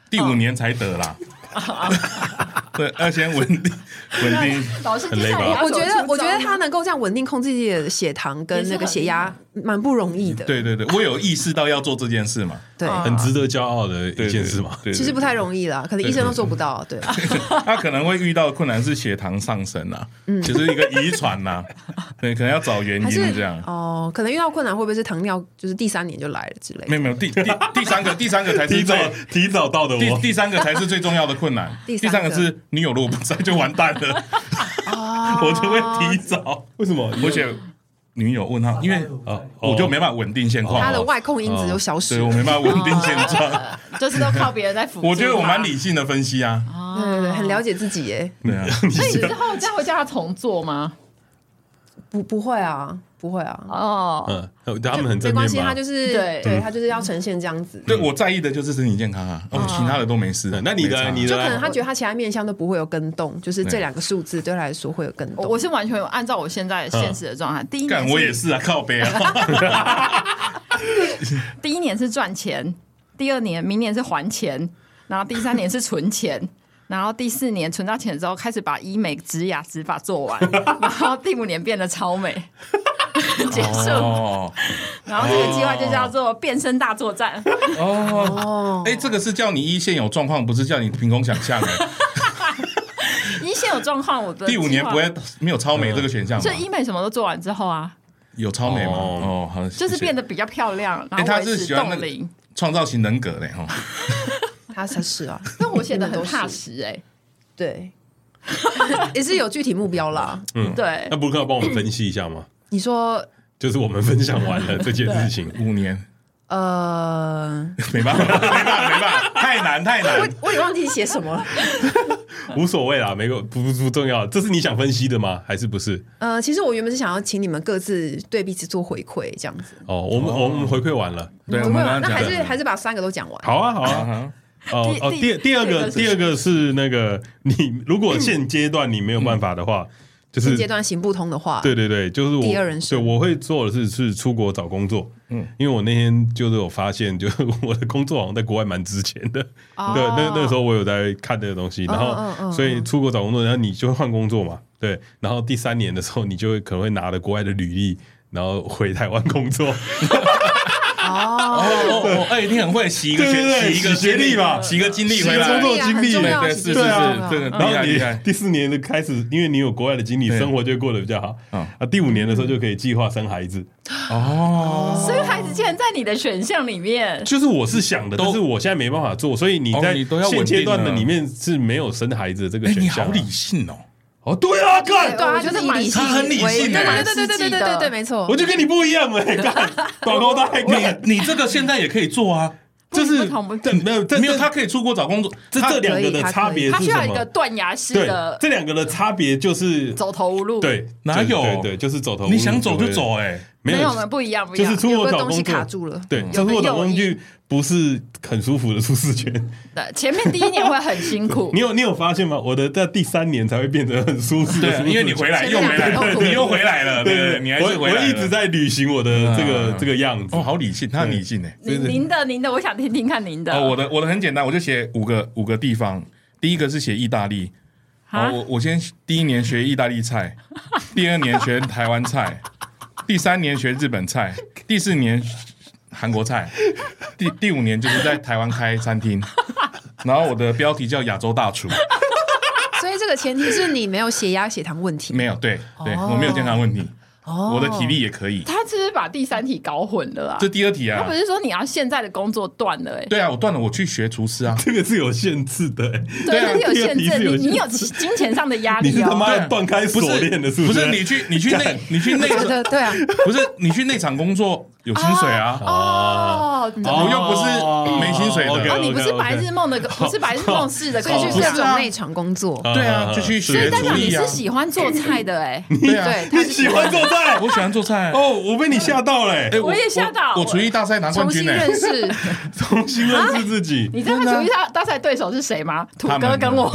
第五年才得啦。对，要先稳定，稳定。 老师很累吧？ 我觉得，我觉得他能够这样稳定控制自己的血糖跟那个血压，蛮不容易的。 对对对，我有意识到要做这件事嘛， 对， 很值得骄傲的一件事嘛。 对， 其实不太容易啦，可能医生都做不到。对， 他可能会遇到的困难是血糖上升啊，就是一个遗传呐，对，可能要找原因这样。 哦，可能遇到困难会不会是糖尿，就是第三年就来了之类的？ 没有没有，第第第三个，第三个才是提早提早到的我， 第第三个才是最重要的困难。第三个是女友如果不在就完蛋了，我就会提早。 为什么？ 而且女友问他，因为我就没办法稳定现况， 他的外控因子就消失， 对我没办法稳定现状， 就是都靠别人在辅助。 我觉得我蛮理性的分析啊， 对对对，很了解自己耶。 对啊， 那你之后这样会叫他重做吗？ 不不会啊，不会啊。 哦， 嗯，他们很正面吧？ 没关系，他就是对对，他就是要呈现这样子。 对我在意的就是身体健康啊，哦，其他的都没事。 那你的你的， 就可能他觉得他其他面向都不会有跟动，就是这两个数字对他来说会有跟动。 我是完全有按照我现在现实的状态。第一年我也是啊，靠背啊。 第一年是赚钱，第二年明年是还钱，然后第三年是存钱。然后第四年存到钱之后，开始把医美、植牙、植发做完，然后第五年变得超美，结束。哦、然后这个计划就叫做变身大作战。 哦，哎，这个是叫你依现有状况，不是叫你凭空想象的。 依现有状况，我的第五年不会没有超美这个选项吗？ 就医美什么都做完之后啊， 有超美吗？哦，好， 就是变得比较漂亮，然后维持冻龄， 创造型人格嘞哈。 他才是啊， 但我写的很踏实哎、欸， 对，也是有具体目标啦。 嗯， 对。 那布克要帮我们分析一下吗？ 你说， 就是我们分享完了这件事情， 五年， 呃， 没办法，没办法，没办法，太难，太难。 我我也忘记写什么了。 无所谓啦，没个不不重要。这是你想分析的吗？还是不是？ 呃，其实我原本是想要请你们各自对彼此做回馈，这样子。 哦，我们、哦、我们回馈完了， 对，我们那还是还是把三个都讲完。 好啊，好啊。哦哦，第第二个第二个是那个，你如果现阶段你没有办法的话，就是现阶段行不通的话， 对对对，就是我第二人生， 对，我会做的是是出国找工作。嗯，因为我那天就是有发现，就是我的工作好像在国外蛮值钱的。 哦、 对，那那个时候我有在看这个东西，然后、哦哦、所以出国找工作，然后你就会换工作嘛。对，然后第三年的时候，你就会可能会拿着国外的履历，然后回台湾工作。 哦哦，哎，你很会洗一个学，洗一个学历吧， 洗一个经历回来， 工作经历， 对对是是是，这个然后你第四年就开始，因为你有国外的经历，生活就过得比较好。啊，第五年的时候就可以计划生孩子。 哦，生孩子竟然在你的选项里面， 就是我是想的，但是我现在没办法做，所以你在现阶段的里面是没有生孩子的这个选项。 你好理性哦。 哦，对啊，干， 对啊，就是以理性， 他很理性， 对对对对对对对对，没错。 我就跟你不一样哎，干，短头大干， 你这个现在也可以做啊， 就是没有没有，他可以出国找工作， 这这两个的差别是什么？ 他需要一个断崖式的， 这两个的差别就是走投无路。 对， 哪有？ 对对，就是走投无路。 你想走就走，哎， 没有，不一样，不一样， 就是出国找工作卡住了。 对，出国找工作不是很舒服的舒适圈。 对，前面第一年会很辛苦。 你有你有发现吗？我的在第三年才会变成很舒适的， 因为你回来又回来了，你又回来了，对对，你还是回来了。 我一直在履行我的这个这个样子。 哦，好理性，他很理性哎。 您的您的，我想听听看您的。 哦，我的我的很简单，我就写五个五个地方。第一个是写意大利，好，我我先第一年学意大利菜，第二年学台湾菜，第三年学日本菜，第四年韩国菜，第第五年就是在台湾开餐厅，然后我的标题叫亚洲大厨。 所以这个前提是你没有血压、血糖问题， 没有，对对，我没有健康问题。哦，我的体力也可以。 他是不是把第三题搞混了啊？ 这第二题啊， 他不是说你要现在的工作断了？哎， 对啊，我断了，我去学厨师啊， 这个是有限制的。 对啊，是有限制，你你有金钱上的压力。 你是他妈断开锁链的，是不是？ 不是你去你去内你去内对对啊， 不是你去内场工作有薪水啊？ 哦， 我又不是没薪水的。 哦，你不是白日梦的，不是白日梦式的， 可以去各种内场工作。 对啊，就去学厨艺啊。 所以代表你是喜欢做菜的哎。 对啊， 你喜欢做菜， 我喜欢做菜。 哦，我被你吓到了，哎， 我也吓到。 我厨艺大赛拿冠军哎， 重新认识， 重新认识自己。 你知道厨艺大大赛对手是谁吗？土哥跟我。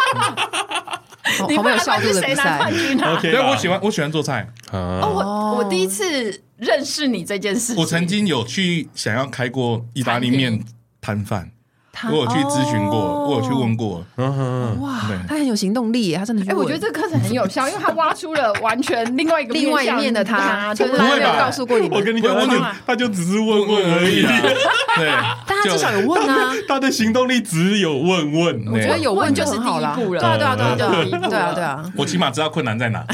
好没有效率的比赛。 对，我喜欢我喜欢做菜。 哦，我我第一次认识你这件事， 我曾经有去想要开过意大利面摊贩。 我有去咨询过，哦、我有去问过。 哇，他很有行动力耶，他真的。 哎、欸，我觉得这个课程很有效，因为他挖出了完全另外一个另外一面的他，从来没有告诉过你们。 我跟你讲，他就他就只是问问而已。 对， 但他至少有问啊。 他的行动力只有问问， 我觉得有问就很好了。对啊，对啊，对啊，对啊，对啊，对啊。 我起码知道困难在哪。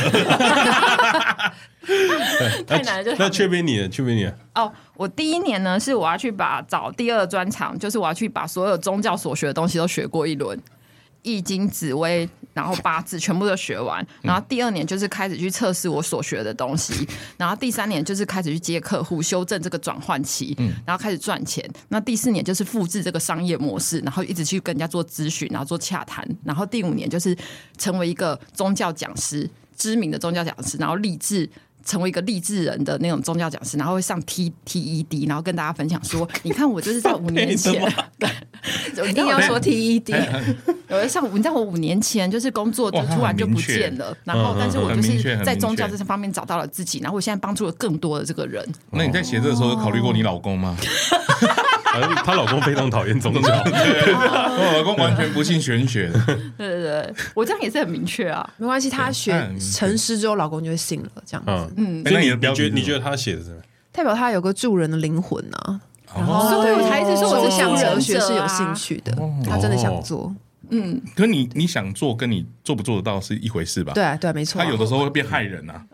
太难了就。 那雀边你呢？雀边你呢？ 哦，我第一年呢是我要去把找第二专长，就是我要去把所有宗教所学的东西都学过一轮，易经、紫微，然后八字全部都学完。然后第二年就是开始去测试我所学的东西，然后第三年就是开始去接客户，修正这个转换期，然后开始赚钱。那第四年就是复制这个商业模式，然后一直去跟人家做咨询，然后做洽谈。然后第五年就是成为一个宗教讲师，知名的宗教讲师，然后立志。成为一个励志人的那种宗教讲师，然后会上 T T E D， 然后跟大家分享说，你看我就是在五年前，对， 一定要说 T E D， 有的上，你知道我五年前就是工作就突然就不见了，然后但是我就是在宗教这方面找到了自己，然后我现在帮助了更多的这个人。 那你在写这个时候有考虑过你老公吗？ 她老公非常讨厌宗教， 我老公完全不信玄学的。 对对对，我这样也是很明确啊， 没关系，他学成师之后，老公就会信了，这样子。 嗯， 所以你你觉得你觉得他写的是什么？ 代表他有个助人的灵魂啊， 然後所以我才一直说我是向哲学是有兴趣的，他真的想做。 嗯， 可你你想做跟你做不做得到是一回事吧？ 对啊，对啊，没错。 他有的时候会变害人啊。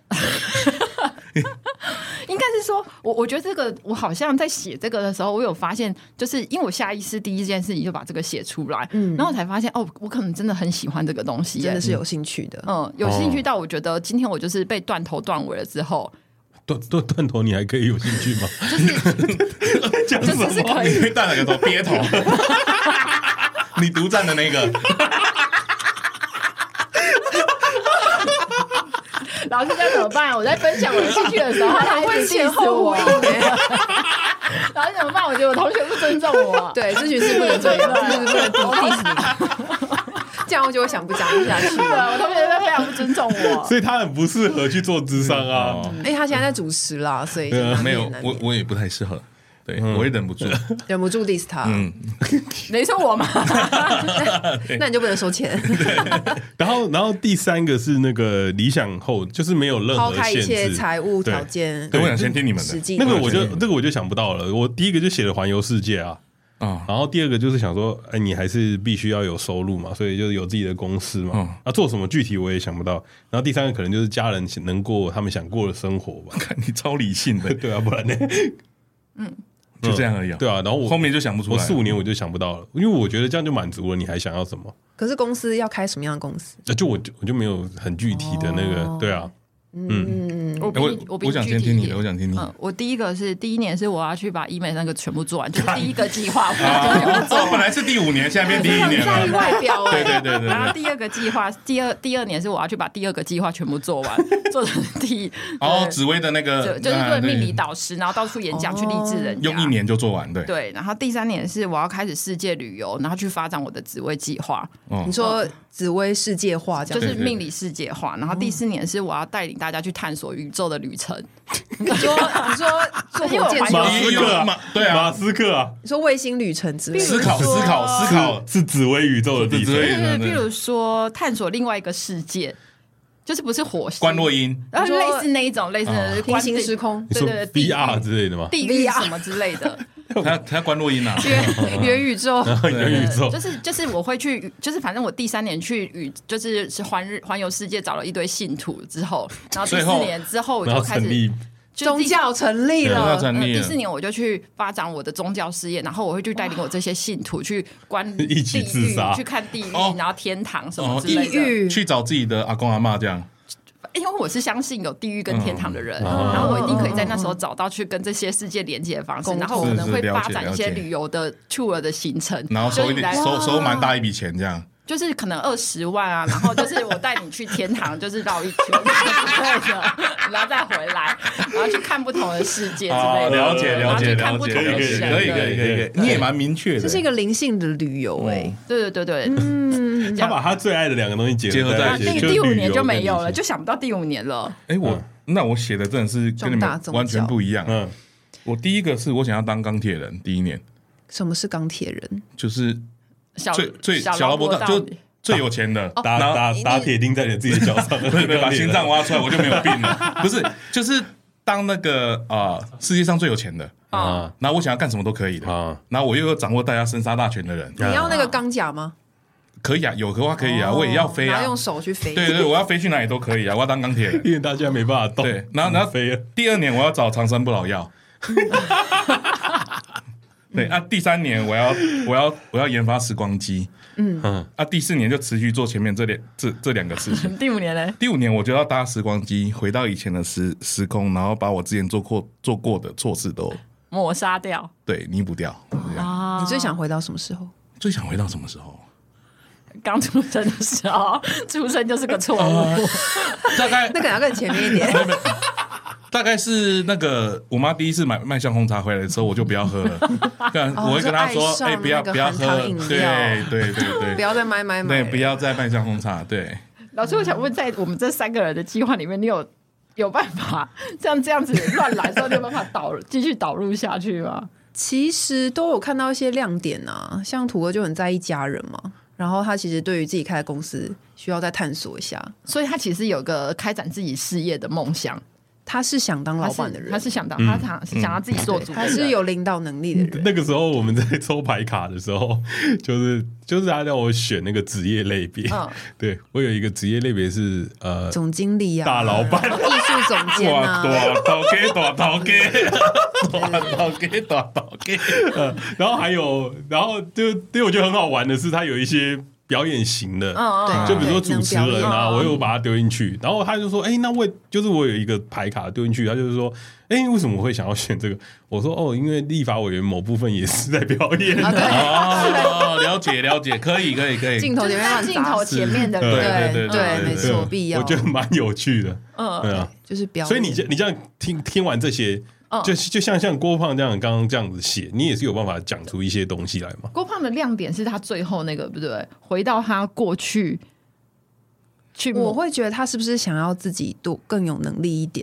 应该是说，我我觉得这个，我好像在写这个的时候，我有发现，就是因为我下意识第一件事情就把这个写出来，嗯，然后我才发现，哦，我可能真的很喜欢这个东西， 真的是有兴趣的， 嗯，有兴趣到我觉得今天我就是被断头断尾了之后， 断断断头你还可以有兴趣吗？ 就是就是是可以， 你断了个头憋头，你独占的那个。 老师该怎么办？我在分享我的兴趣的时候，他会前后呼应。老师怎么办？我觉得我同学不尊重我。 对，咨询师不能这样，咨询师不能敌你。这样我就会想不讲不下去了。我同学非常不尊重我， 所以他很不适合去做諮商啊。 哎，他现在在主持啦，所以没有我我也不太适合。对，嗯、我也忍不住， 忍不住 diss 他。嗯， 没说我吗？ 那你就不能收钱。 然后，然后第三个是那个理想后，就是没有任何限制，抛开一切财务条件。 对，我想先听你们的。 那个我就那个我就想不到了。我第一个就写了环游世界啊，啊，然后第二个就是想说，哎，你还是必须要有收入嘛，所以就是有自己的公司嘛。啊，做什么具体我也想不到。然后第三个可能就是家人能过他们想过的生活吧。 看你超理性的， 对啊，不然呢？ 嗯。 就这样而已、啊嗯。 对啊，然后我后面就想不出来， 我四五年我就想不到了，因为我觉得这样就满足了，你还想要什么？ 可是公司要开什么样的公司？ 就我就我就没有很具体的那个，哦、对啊。 嗯，我比我比我想先听你的，我想听你的。 嗯，我第一个是第一年是我要去把医美那个全部做完，就是第一个计划我就全部做完。 本来是第五年，现在变第一年了。 意外表对对对对。 然后第二个计划，第二第二年是我要去把第二个计划全部做完，做成第哦紫薇的那个， 就是做命理导师，然后到处演讲去励志人家， 用一年就做完，对对。然后第三年是我要开始世界旅游，然后去发展我的紫薇计划。 你说紫薇世界化， 就是命理世界化。然后第四年是我要带领大家去探索宇宙的旅程。 你说你说坐火箭马斯克啊，对啊，马斯克啊， 你说卫星旅程之类的， 思考思考思考是紫微宇宙的地方， 就是比如说探索另外一个世界。就是不是火星观落阴， 然后类似那一种类似的平行时空， 对对对 ，V R 之类的吗？ 地狱什么之类的， 他他观落阴啊， 元元宇宙， 元宇宙， 就是就是我会去，就是反正我第三年去宇，就是环环游世界，找了一堆信徒之后，然后第四年之后我就开始。 宗教成立了， 嗯、第四年我就去发展我的宗教事业，然后我会去带领我这些信徒去观地狱，去看地狱，哦、然后天堂什么之类的， 地狱去找自己的阿公阿嬷这样。 因为我是相信有地狱跟天堂的人，嗯、然后我一定可以在那时候找到去跟这些世界连接的方式，然后我可能会发展一些旅游的 tour 的行程， 然后收一点收收蛮大一笔钱这样。 就是可能二十万啊，然后就是我带你去天堂，就是绕一圈之类的，然后再回来，然后去看不同的世界之类的， 了解了解了解， 可以可以可以可以可以，你也蛮明确的， 这是一个灵性的旅游哎， 对对对对，嗯， 他把他最爱的两个东西结合在一起， 第五年就没有了，就想不到第五年了。 哎，我那我写的真的是跟你们完全不一样。嗯，我第一个是我想要当钢铁人，第一年。 什么是钢铁人？ 就是小最最小劳勃道就最有钱的， 打打打铁钉在你自己的脚上， 对对，把心脏挖出来，我就没有病了。不是，就是当那个啊、呃，世界上最有钱的啊，然后我想要干什么都可以的啊，然后我又有掌握大家生杀大权的人。 你要那个钢甲吗？ 可以啊，有的话可以啊，我也要飞啊， 用手去飞。 对对，我要飞去哪里都可以啊，我要当钢铁人， 因为大家没办法动。 对，然后然后飞了。第二年我要找长生不老药。对啊，第三年我要我要我要研发时光机。嗯嗯，啊，第四年就持续做前面这两这这两个事情。 第五年呢？ 第五年我就要搭时光机回到以前的时时空，然后把我之前做过做过的错事都抹杀掉， 对，弥补掉。 啊，你最想回到什么时候？ 最想回到什么时候？ 刚出生的时候，出生就是个错误。呃、 大概那个要更前面一点。 大概是那个我妈第一次买麦香红茶回来的时候，我就不要喝了。我会跟她说：“哎、欸，不要不要喝，对对对对， 不要再买买买， 对，不要再麦香红茶。”对。 老师，我想问，在我们这三个人的计划里面，你有有办法像这样子乱来之后，你有办法导继续导入下去吗？ 其实都有看到一些亮点啊，像土哥就很在意家人嘛。然后他其实对于自己开的公司需要再探索一下， 所以他其实有个开展自己事业的梦想。 他是想当老板的人， 他是想当，他想是想要自己做主， 他是有领导能力的人。 那个时候我们在抽牌卡的时候，就是就是他让我选那个职业类别。嗯，对我有一个职业类别是呃总经理啊， 大老板、 艺术总监啊， 大头家、大头家、大头家、大头家。呃，然后还有，然后就对我觉得很好玩的是，他有一些表演型的， 嗯、 就比如说主持人啊，我又把它丢进去，然后他就说：“哎、欸，那我就是我有一个牌卡丢进去，他就是说，哎、欸，为什么我会想要选这个？”我说：“哦，因为立法委员某部分也是在表演。啊” 哦，了解了解，可以可以可以。 镜头前面， 镜头前面的， 对对对对，没错，必要。 我觉得蛮有趣的，嗯，对啊， 就是表演。 所以你你这样听听完这些。就就像像郭胖这样刚刚这样子写，你也是有办法讲出一些东西来吗？ 郭胖的亮点是他最后那个，不对，回到他过去去， 我会觉得他是不是想要自己多更有能力一点？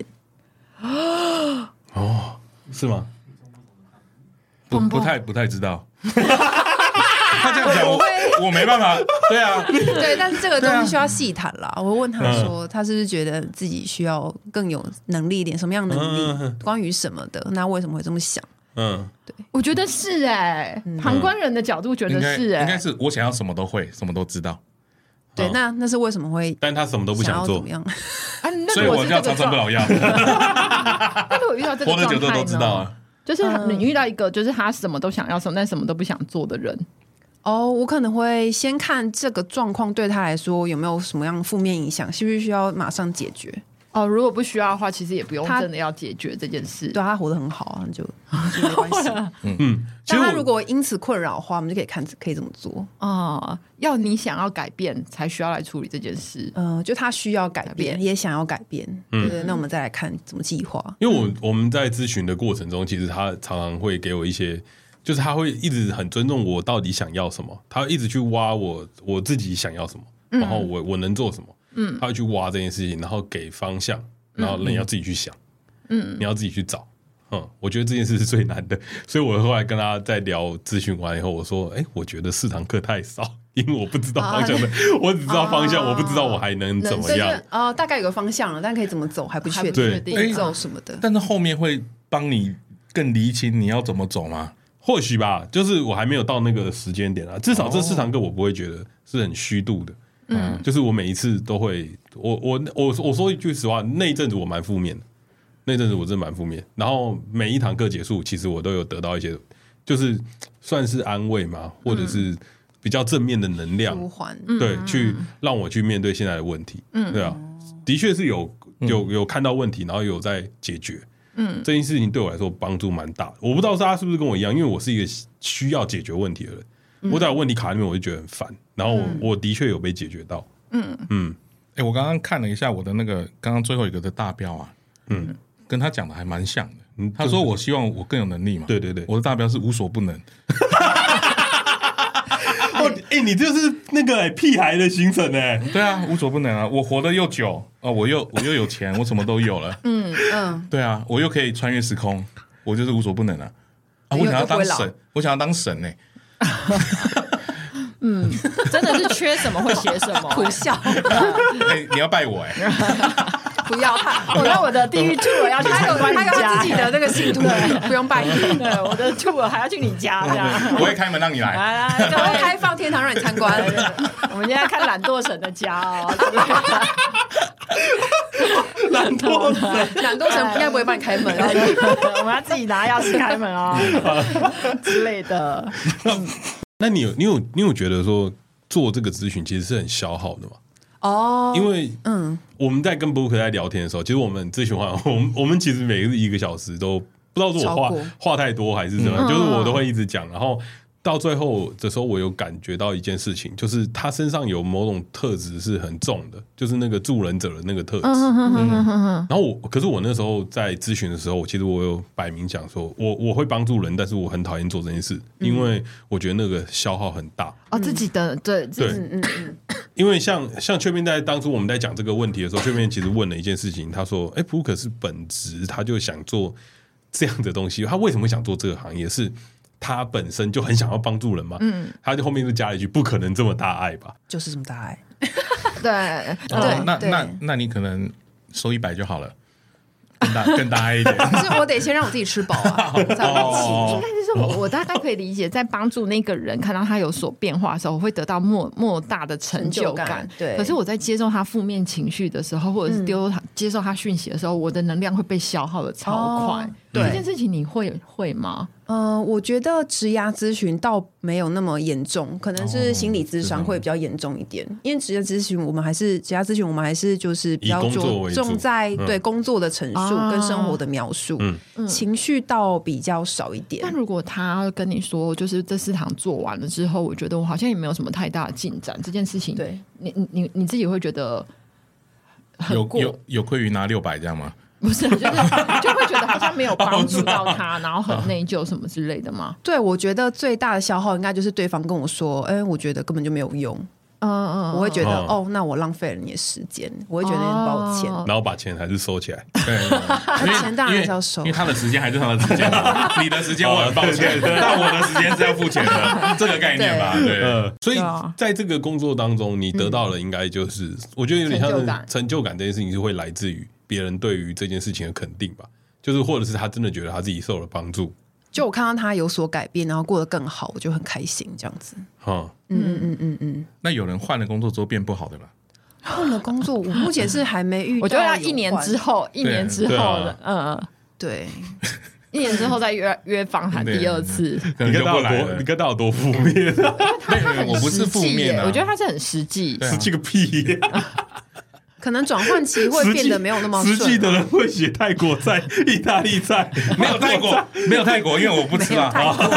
哦，是吗？ 不不太不太知道。他这样讲，我我没办法。对啊， 对，但是这个东西需要细谈啦。我会问他说，嗯、他是不是觉得自己需要更有能力一点？什么样的能力？嗯、关于什么的？那为什么会这么想？ 嗯， 对，我觉得是哎、欸，嗯、旁观人的角度觉得是哎、欸， 应该是我想要什么都会，什么都知道。 对，那那是为什么会？ 但他什么都不想做， 怎么样？ 啊， 所以我叫长生不老药。 但是我遇到这个活得久的都知道啊。 就是你遇到一个，就是他什么都想要什么，但什么都不想做的人。 哦，我可能会先看这个状况对他来说有没有什么样负面影响，需不需要马上解决？ 哦，如果不需要的话，其实也不用真的要解决这件事。 对，他活得很好啊，就就没关系。 嗯嗯， 但他如果因此困扰的话，我们就可以看可以怎么做哦。要你想要改变，才需要来处理这件事。 嗯、呃，就他需要改变，改变也想要改变。嗯，对对，那我们再来看怎么计划。 因为我我们在咨询的过程中，其实他常常会给我一些。就是他会一直很尊重我到底想要什么，他会一直去挖我我自己想要什么，嗯、然后我我能做什么，嗯，他会去挖这件事情，然后给方向，然后人要自己去想，嗯，你要自己去找，嗯，我觉得这件事是最难的，所以我后来跟他在聊咨询完以后，我说，哎、欸，我觉得四堂课太少，因为我不知道方向的，啊、我只知道方向，啊、我不知道我还能怎么样， 哦、呃，大概有个方向了，但可以怎么走还不确定，对，走什么的， 欸，但是后面会帮你更厘清你要怎么走吗？ 或许吧，就是我还没有到那个时间点啊。至少这四堂课我不会觉得是很虚度的，嗯，就是我每一次都会，我我我我说一句实话，那一阵子我蛮负面的，那一阵子我真的蛮负面。然后每一堂课结束，其实我都有得到一些，就是算是安慰嘛，或者是比较正面的能量， 舒缓， 对，去让我去面对现在的问题，嗯，对啊，的确是有有有看到问题，然后有在解决。嗯，这件事情对我来说帮助蛮大的。我不知道大家是不是跟我一样，因为我是一个需要解决问题的人。嗯、我在有问题卡里面，我就觉得很烦。然后我、嗯、我的确有被解决到。嗯嗯， 哎、欸，我刚刚看了一下我的那个刚刚最后一个的大标啊，嗯，跟他讲的还蛮像的。嗯，他说我希望我更有能力嘛。 对对对， 我的大标是无所不能。 哎、欸，你这是那个、欸、屁孩的行程哎、欸， 对啊，无所不能啊！我活得又久哦，我又我又有钱，我什么都有了。嗯嗯，对啊，我又可以穿越时空，我就是无所不能啊。 啊，我想要当神，我想要当神哎、欸。 嗯，真的是缺什么会写什么、欸， 苦笑。 哎、欸，你要拜我哎、欸？ 不要他， 我在我的地狱 tour 要去参观你家， 他有自己的那个信徒，不用拜你。 对，我的 tour 还要去你家，这样我会开门让你来， 来来， 然后开放天堂让你参观。 我们现在看懒惰神的家哦， 懒惰神， 懒惰神应该不会帮你开门， 我们要自己拿钥匙开门哦之类的。 那你有你有你有觉得说做这个咨询其实是很消耗的吗？ 哦， 因为嗯，我们在跟布鲁克在聊天的时候，其实我们咨询话，我们我们其实每一个小时都不知道是我话话太多还是怎么样，嗯、就是我都会一直讲，然后到最后的时候，我有感觉到一件事情，就是他身上有某种特质是很重的，就是那个助人者的那个特质。嗯、然后我，可是我那时候在咨询的时候，其实我有摆明讲说，我我会帮助人，但是我很讨厌做这件事，因为我觉得那个消耗很大。 哦，自己的对对，嗯嗯嗯。因为像像雀边在当初我们在讲这个问题的时候，雀边其实问了一件事情，他说：“哎，布鲁克是本质，他就想做这样的东西。他为什么想做这个行业？是他本身就很想要帮助人嘛？嗯，他就后面就加了一句：不可能这么大爱吧？ 就是这么大爱。 对对、哦，那那那你可能收一百就好了。”更大更大一点， 可是我得先让我自己吃饱啊，才有力气。 应该就是我，我大概可以理解，在帮助那个人看到他有所变化的时候，我会得到莫莫大的成就感。 成就感对， 可是我在接受他负面情绪的时候，或者是丢他、嗯、接受他讯息的时候，我的能量会被消耗的超快。哦、对这件事情，你会会吗？ 呃，我觉得职涯咨询倒没有那么严重，可能是心理咨商会比较严重一点。哦、因为职业咨询，我们还是职涯咨询，我们还是就是比较着重在、嗯、对工作的陈述跟生活的描述，嗯、情绪倒比较少一点。 但如果他跟你说，就是这四堂做完了之后，我觉得我好像也没有什么太大的进展，这件事情，对你你你自己会觉得有有有亏于拿六百这样吗？ 不是，就是就会觉得好像没有帮助到他，然后很内疚什么之类的吗？ 对，我觉得最大的消耗应该就是对方跟我说，哎、欸，我觉得根本就没有用。嗯嗯，我会觉得、哦, 哦，那我浪费了你的时间，我会觉得有点抱歉， 然后把钱还是收起来。 对， 钱当然还是要收， 因为他的时间还是他的时间，你的时间我很抱歉，但我的时间是要付钱的，这个概念吧？对， 呃，所以在这个工作当中，你得到了应该就是，嗯、我觉得有点像是成就感这件事情是会来自于别人对于这件事情的肯定吧，就是或者是他真的觉得他自己受了帮助。 就我看到他有所改变，然后过得更好，我就很开心，这样子。嗯嗯嗯嗯嗯。 那有人换了工作之后变不好的吗？ 换了工作，我目前是还没遇到。 我觉得他一年之后，一年之后的，啊、嗯， 对， 一年之后再约约访谈第二次。 你跟他有多，你跟他有多负面？ 我不是负面、啊， 我觉得他是很实际， 实际个屁、啊。 可能转换期会变得没有那么顺、啊。 实际的人会写泰国菜、意大利菜， 没有泰国，没有泰国，因为我不吃啊。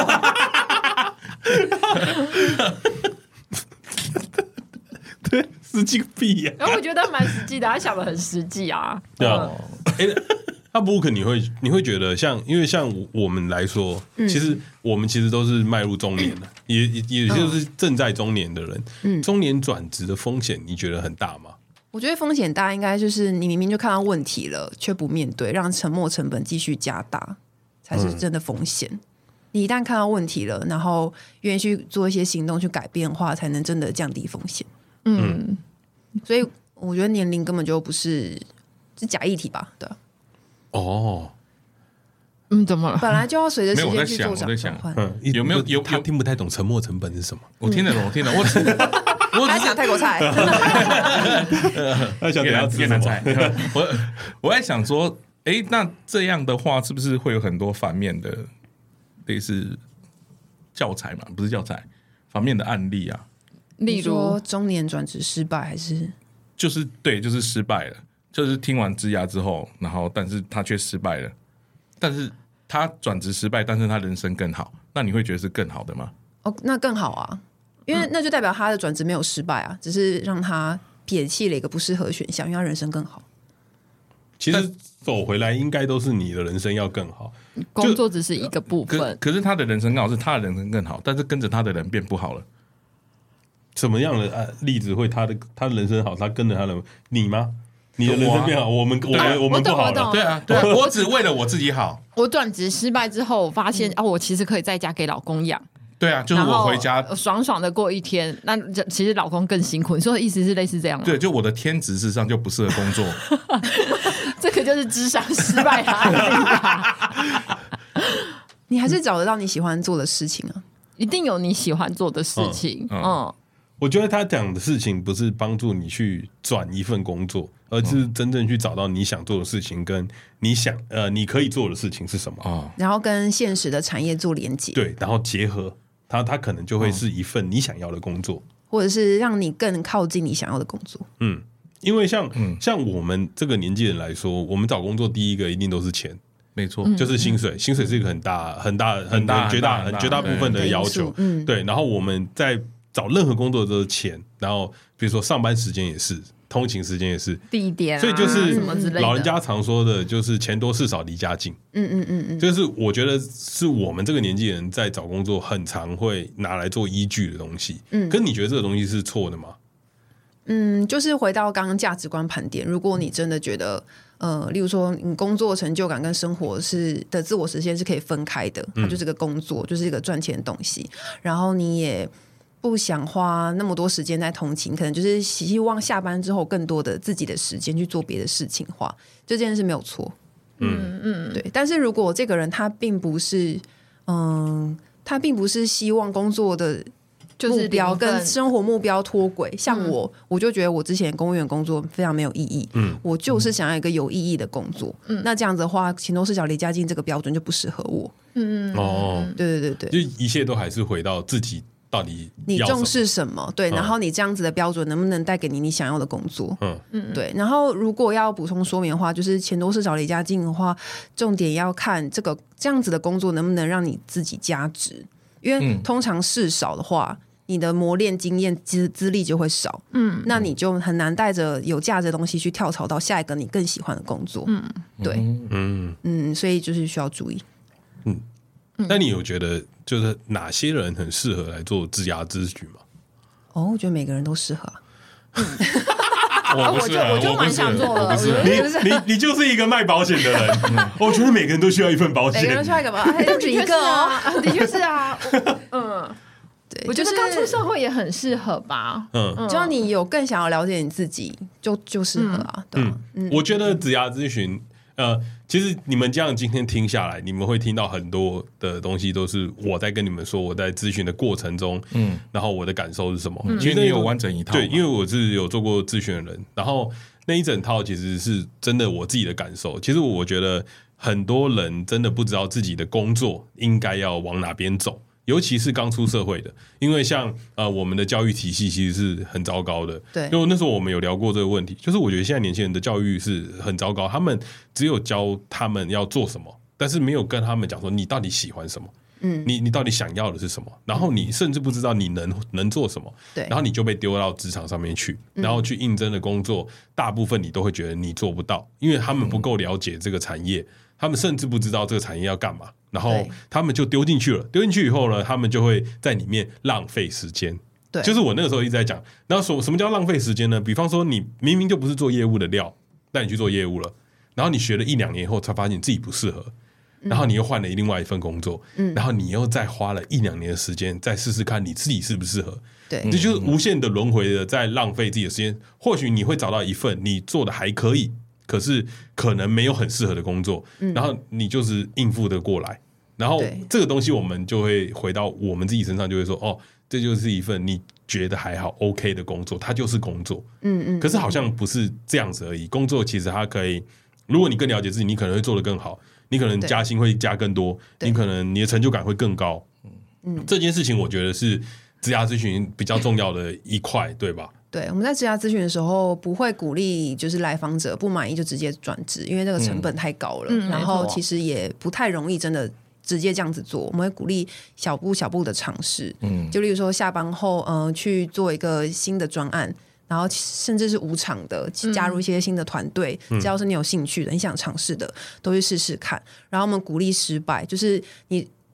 对，实际个屁呀、啊！ 然后我觉得蛮实际的，他想的很实际啊。 对啊，哎、嗯，那布鲁克，你会你会觉得像，因为像我们来说，嗯、其实我们其实都是迈入中年的，也也也就是正在中年的人。嗯，中年转职的风险，你觉得很大吗？ 我觉得风险大，应该就是你明明就看到问题了，却不面对，让沉没成本继续加大，才是真的风险。嗯、你一旦看到问题了，然后愿意去做一些行动去改变的话，才能真的降低风险。嗯，所以我觉得年龄根本就不是是假议题吧？对。 哦， 嗯，怎么了？ 本来就要随着时间去做转换。 嗯，有没有有他听不太懂沉没成本是什么？ 我听得懂，我听得懂。我。 我还想泰国菜， 他想越南越南菜。我我在想说，哎、欸，那这样的话，是不是会有很多反面的类似教材嘛？不是教材，反面的案例啊？ 例如说中年转职失败，还是就是对，就是失败了，就是听完职涯之后，然后但是他却失败了，但是他转职失败，但是他人生更好，那你会觉得是更好的吗？ 哦，那更好啊。因为那就代表他的转职没有失败啊，只是让他撇弃了一个不适合的选项，因为他人生更好。 其实走回来应该都是你的人生要更好， 工作只是一个部分。 可, 可是他的人生更好，是他的人生更好，但是跟着他的人变不好了。 什么样的例子会他的他的人生好，他跟着他的你吗？ 你的人生变好，我们我们我们不好了。 对啊，对啊，我只为了我自己好。 我转职失败之后，我发现啊，我其实可以在家给老公养。 对啊，就是我回家爽爽的过一天，那其实老公更辛苦。你说的意思是类似这样吗？ 对，就我的天职事实上就不适合工作。 这个就是职场失败的案例吧。 你还是找得到你喜欢做的事情啊， 一定有你喜欢做的事情。嗯，嗯我觉得他讲的事情不是帮助你去转一份工作，而是真正去找到你想做的事情，跟你想呃你可以做的事情是什么， 哦、 然后跟现实的产业做连接， 对，然后结合它，它可能就会是一份你想要的工作， 或者是让你更靠近你想要的工作。 嗯，因为像、嗯、像我们这个年纪人来说，我们找工作第一个一定都是钱。 没错， 就是薪水，薪水是一个很大、很大、很大、绝大、很绝大部分的要求。嗯，对。然后我们在找任何工作都是钱，然后比如说上班时间也是，通勤时间也是， 地点、啊， 所以就是什么之类的。 老人家常说的，就是钱多事少离家近。 嗯嗯嗯嗯， 就是我觉得是我们这个年纪人在找工作很常会拿来做依据的东西。嗯，可是你觉得这个东西是错的吗？ 嗯，就是回到刚刚价值观盘点，如果你真的觉得，呃，例如说你工作成就感跟生活是的自我实现是可以分开的，它就是个工作，就是一个赚钱的东西，然后你也不想花那么多时间在通勤，可能就是希望下班之后更多的自己的时间去做别的事情的话，这件事没有错。嗯嗯，对。但是如果这个人他并不是，嗯，他并不是希望工作的目标跟生活目标脱轨，像我、嗯、我就觉得我之前公务员工作非常没有意义，嗯，我就是想要一个有意义的工作，嗯，那这样子的话，钱多事少离家近这个标准就不适合我，嗯哦，对对对对， 就一切都还是回到自己到底你重视什么，对，然后你这样子的标准能不能带给你你想要的工作，嗯嗯，对，然后如果要补充说明的话，就是钱多事少离家近的话，重点要看这个这样子的工作能不能让你自己加值，因为通常事少的话。你的磨练经验资资历就会少，嗯，那你就很难带着有价值的东西去跳槽到下一个你更喜欢的工作，嗯，对，嗯嗯，所以就是需要注意， 嗯，那你有觉得就是哪些人很适合来做职涯咨询吗？ 哦，我觉得每个人都适合、啊，嗯我不是、啊， 我就蛮想做的， 你你你就是一个卖保险的人，我觉得每个人都需要一份保险， 每个人需要一个吧，不止一个哦， 的确是啊，嗯。对，我觉得刚出社会也很适合吧。 嗯，只要你有更想要了解你自己，就就适合啊。对啊， 嗯，我觉得职涯咨询，呃，其实你们这样今天听下来，你们会听到很多的东西，都是我在跟你们说，我在咨询的过程中，嗯，然后我的感受是什么？ 因为你有完整一套， 对，因为我是有做过咨询的人，然后那一整套其实是真的我自己的感受。其实我觉得很多人真的不知道自己的工作应该要往哪边走。尤其是刚出社会的，因为像呃我们的教育体系其实是很糟糕的。 对， 因为那时候我们有聊过这个问题，就是我觉得现在年轻人的教育是很糟糕，他们只有教他们要做什么，但是没有跟他们讲说你到底喜欢什么，嗯，你你到底想要的是什么，然后你甚至不知道你能能做什么， 对， 然后你就被丢到职场上面去，然后去应征的工作，大部分你都会觉得你做不到，因为他们不够了解这个产业，他们甚至不知道这个产业要干嘛。然后他们就丢进去了，丢进去以后呢，他们就会在里面浪费时间。 对， 就是我那个时候一直在讲，然后什么叫浪费时间呢？比方说，你明明就不是做业务的料，但你去做业务了，然后你学了一两年以后，才发现你自己不适合，然后你又换了另外一份工作，嗯，然后你又再花了一两年的时间，再试试看你自己适不适合。 对， 这就是无限的轮回的在浪费自己的时间。或许你会找到一份你做的还可以。可是可能没有很适合的工作，嗯、然后你就是应付得过来，然后这个东西我们就会回到我们自己身上，就会说哦，这就是一份你觉得还好 OK 的工作，它就是工作，嗯嗯。可是好像不是这样子而已，工作其实它可以，如果你更了解自己，你可能会做得更好，你可能加薪会加更多，你可能你的成就感会更高，嗯，这件事情我觉得是职涯咨询比较重要的一块，对吧？ 对，我们在职涯咨询的时候不会鼓励就是来访者不满意就直接转职，因为这个成本太高了，嗯、然后其实也不太容易真的直接这样子做。我们会鼓励小步小步的尝试，嗯，就例如说下班后，嗯、呃，去做一个新的专案，然后甚至是无偿的加入一些新的团队，嗯、只要是你有兴趣的、你想尝试的，都去试试看。然后我们鼓励失败，就是你。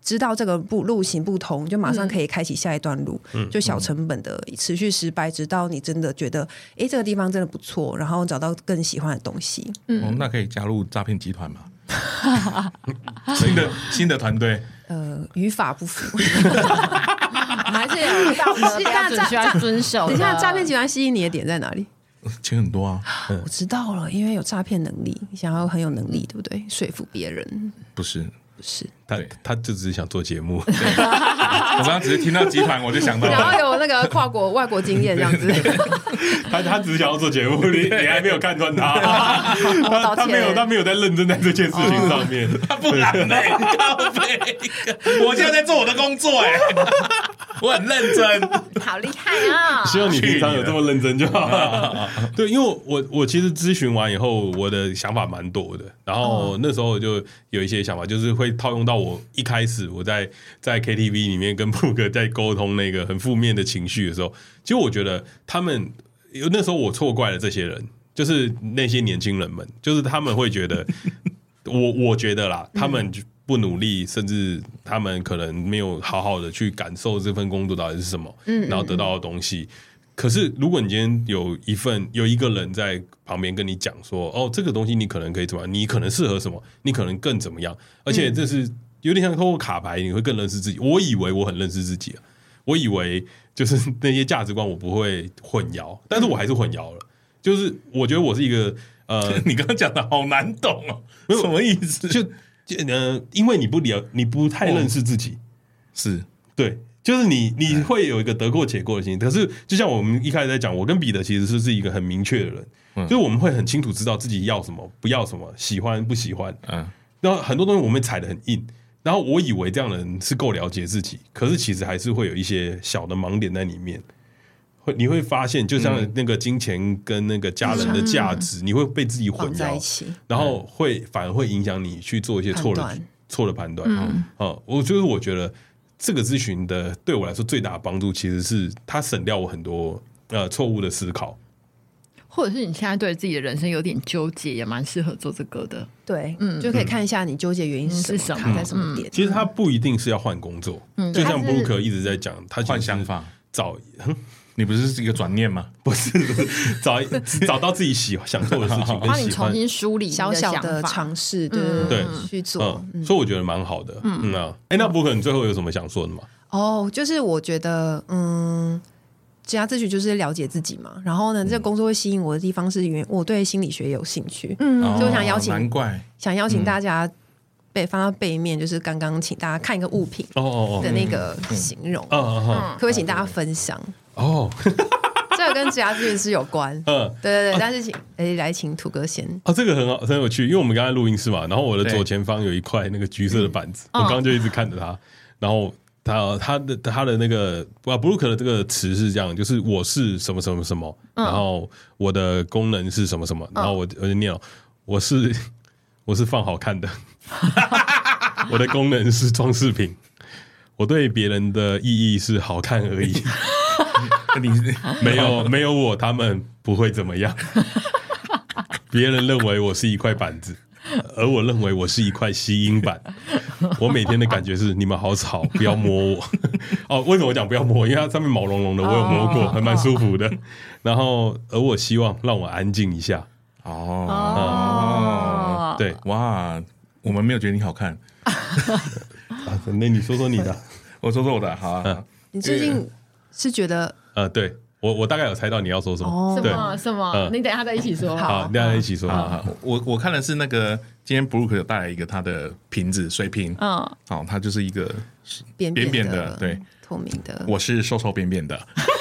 知道这个不路行不通，就马上可以开启下一段路，嗯、就小成本的持续失败，直到你真的觉得，哎，这个地方真的不错，然后找到更喜欢的东西。 嗯，哦、那可以加入诈骗集团吗？新的新的团队， 呃，语法不符， 还是有道德标准需要遵守。 等一下，诈骗集团吸引你的点在哪里？ 钱很多啊， 嗯、我知道了，因为有诈骗能力，你想要很有能力，对不对？说服别人， 不是。 不是他，他就只是想做节目。 我刚刚只是听到集团，我就想到， 然后有那个跨国外国经验这样子。 他他只是想要做节目，你你还没有看穿他。他他没有他没有在认真在这件事情上面。 他不然呢？我现在在做我的工作哎，我很认真， 好厉害啊！ 希望你平常有这么认真就好。对，因为我我其实咨询完以后，我的想法蛮多的，然后那时候就有一些想法，就是会套用到我一开始我在在 K T V 里面跟布克在沟通那个很负面的情绪的时候，其实我觉得他们那时候我错怪了这些人，就是那些年轻人们，就是他们会觉得我我觉得啦，他们不努力，甚至他们可能没有好好的去感受这份工作到底是什么，然后得到的东西。可是如果你今天有一份有一个人在旁边跟你讲说，哦，这个东西你可能可以怎么样，你可能适合什么，你可能更怎么样，而且这是有点像透过卡牌，你会更认识自己。我以为我很认识自己啊，我以为就是那些价值观我不会混淆，但是我还是混淆了。就是我觉得我是一个呃， 你刚刚讲的好难懂哦，什么意思？ 就呃，因为你不了，你不太认识自己，哦、 是对。就是你，你会有一个得过且过的心情。可是，就像我们一开始在讲，我跟彼得其实是是一个很明确的人，嗯、就是我们会很清楚知道自己要什么，不要什么，喜欢不喜欢。嗯，然后很多东西我们踩得很硬。然后我以为这样的人是够了解自己，可是其实还是会有一些小的盲点在里面。会你会发现，就像那个金钱跟那个家人的价值，嗯、你会被自己混淆，然后会反而会影响你去做一些错的错的判断。嗯，啊，我就是我觉得。这个咨询的对我来说最大的帮助，其实是它省掉我很多呃错误的思考， 或者是你现在对自己的人生有点纠结，也蛮适合做这个的。 对，嗯，就可以看一下你纠结原因是什么，卡在什么点。 其实他不一定是要换工作，嗯、就像布鲁克一直在讲，他换想法， 找。 你不是一个转念吗？ 不是，不是找找到自己喜想做的事情， 帮你重新梳理小小的尝试，对对对，去做， 嗯，所以我觉得蛮好的，嗯啊，哎，那布克，你最后有什么想说的吗？ 哦，就是我觉得，嗯，职涯咨询就是了解自己嘛。然后呢，这个工作会吸引我的地方是因为我对心理学有兴趣，嗯，所以我想邀请， 难怪想邀请大家。背放到背面，就是刚刚请大家看一个物品的那个形容，可不可以请大家分享？哦，这个跟职涯咨询师有关，嗯，对对对，但是请诶来请土哥先。 哦，这个很好，很有趣，因为我们刚才录音室嘛，然后我的左前方有一块那个橘色的板子，我刚刚就一直看着它，然后他他的他的那个啊，布鲁克的这个词是这样，就是我是什么什么什么，然后我的功能是什么什么，然后我我就念了，我是我是放好看的。我的功能是装饰品，我对别人的意义是好看而已。你没有没有我，他们不会怎么样。别人认为我是一块板子，而我认为我是一块吸音板。我每天的感觉是你们好吵，不要摸我。哦，为什么我讲不要摸？因为它上面毛茸茸的，我有摸过，还蛮舒服的。然后，而我希望让我安静一下。哦，哦对， 哇。我们没有觉得你好看，啊， 那你说说你的， 我说说我的，好啊。嗯、 你最近是觉得， 呃，对我我大概有猜到你要说什么， 哦、什么什么，嗯、你等一下再一起说， 好，等一下一起说。 好好好我我看的是那个今天布鲁克有带来一个他的瓶子水瓶，嗯，好，它就是一个扁扁扁的，对， 透明的， 我是瘦瘦扁扁的，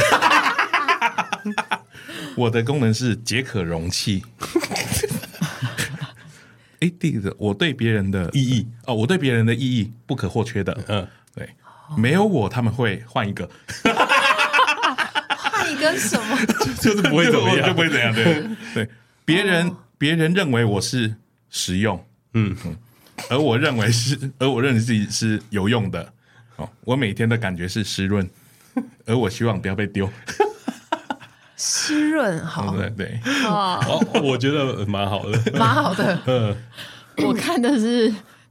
我的功能是解渴容器。哎，第一个，我对别人的意义哦，我对别人的意义不可或缺的，嗯，对，没有我他们会换一个， 换一个什么？ 就是不会怎么样， 就不会怎样，对对，别人别人认为我是实用，嗯嗯，而我认为是，而我认为自己是有用的，哦，我每天的感觉是湿润，而我希望不要被丢。 湿润好， 对对， 哦，我觉得蛮好的， 蛮好的。嗯，我看的是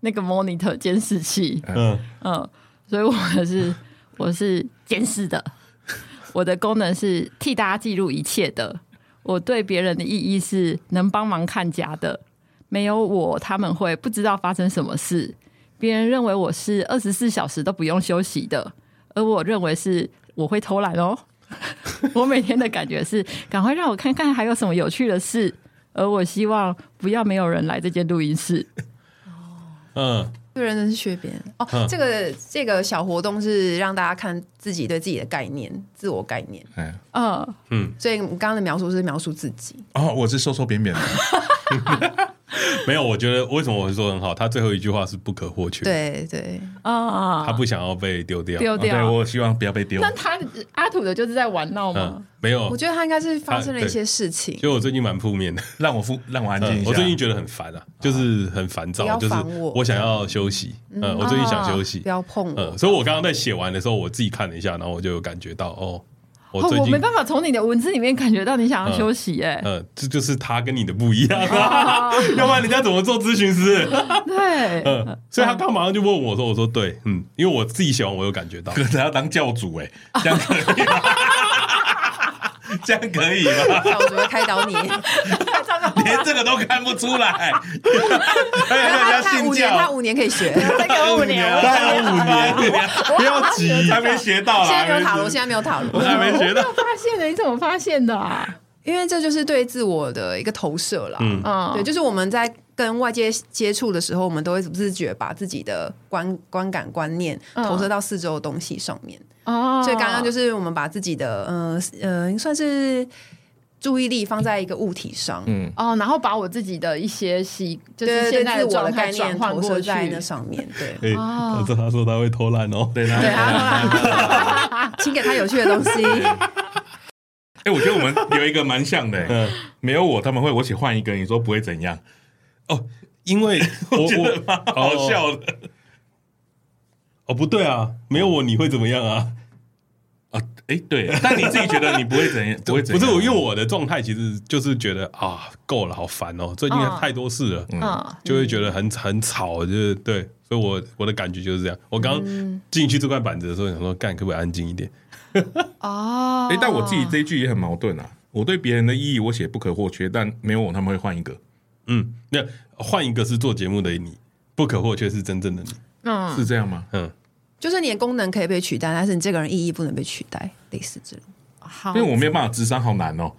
那个 monitor 监视器，嗯嗯，所以我是我是监视的，我的功能是替大家记录一切的，我对别人的意义是能帮忙看家的，没有我他们会不知道发生什么事，别人认为我是二十四小时都不用休息的，而我认为是我会偷懒哦。我每天的感觉是赶快让我看看还有什么有趣的事，而我希望不要没有人来这间录音室。 嗯，对人真是学别人哦、嗯。这个这个小活动是让大家看自己对自己的概念、自我概念。嗯嗯，所以刚刚的描述是描述自己。 哦，我是瘦瘦扁扁的。 没有，我觉得为什么我会说很好？他最后一句话是不可或缺。 对对啊， 他不想要被丢掉， 丢掉。 对，我希望不要被丢。 那他阿土的就是在玩闹吗、嗯？ 没有， 我觉得他应该是发生了一些事情。 所以我最近蛮负面的， 让我负让我安静一下、嗯。 我最近觉得很烦啊，就是很烦躁，就是我想要休息。嗯，嗯我最近想休息， 不要碰我。 嗯，所以我刚刚在写完的时候，我自己看了一下，然后我就有感觉到哦。我, 哦、我没办法从你的文字里面感觉到你想要休息哎、欸， 呃、嗯，这就是他跟你的不一样啊，要不然人家怎么做咨询师？ 对， 嗯，所以他刚马上就问我说：“我说对，嗯，因为我自己写完我有感觉到， 可是要当教主哎、欸，这样可以吗？这样可以吗？ 教主会开导你， 连这个都看不出来，还有人家信教， 他五年可以学， 再给我五年， 再给我五年，不要急，还没学到啦。 现在没有塔罗，现在没有塔罗， 我还没学到。 我发现了，你怎么发现的啊？ 因为这就是对自我的一个投射啦。嗯，对，就是我们在跟外界接触的时候，我们都会不自觉把自己的观观感观念投射到四周的东西上面。哦，所以刚刚就是我们把自己的呃呃算是注意力放在一个物体上， 嗯，哦，然后把我自己的一些习，就是现在的状态转换过去在那上面，对。 欸、哦，他说他说他会偷懒哦， 对， 对，他偷懒，请给他有趣的东西。 哎、欸，我觉得我们有一个蛮像的、欸，嗯，没有我他们会，我请换一个，你说不会怎样？ 哦，因为我我觉得蛮好笑的。 哦，不对啊，没有我你会怎么样啊？ 啊，哎，对，但你自己觉得你不会怎样？不会怎样？ 不是我，因为我的状态其实就是觉得啊，够了，好烦哦，最近太多事了，嗯，就会觉得很很吵，就是对，所以我我的感觉就是这样。我刚进去这块板子的时候，想说干，可不可以安静一点？ 哦， 哎，但我自己这一句也很矛盾啊。我对别人的意义我写不可或缺，但没有我他们会换一个。 嗯，那换一个是做节目的你，不可或缺是真正的你。 嗯， 是这样吗？ 嗯，就是你的功能可以被取代，但是你这个人意义不能被取代，类似这种。 好， 因为我没有办法智商，好难哦。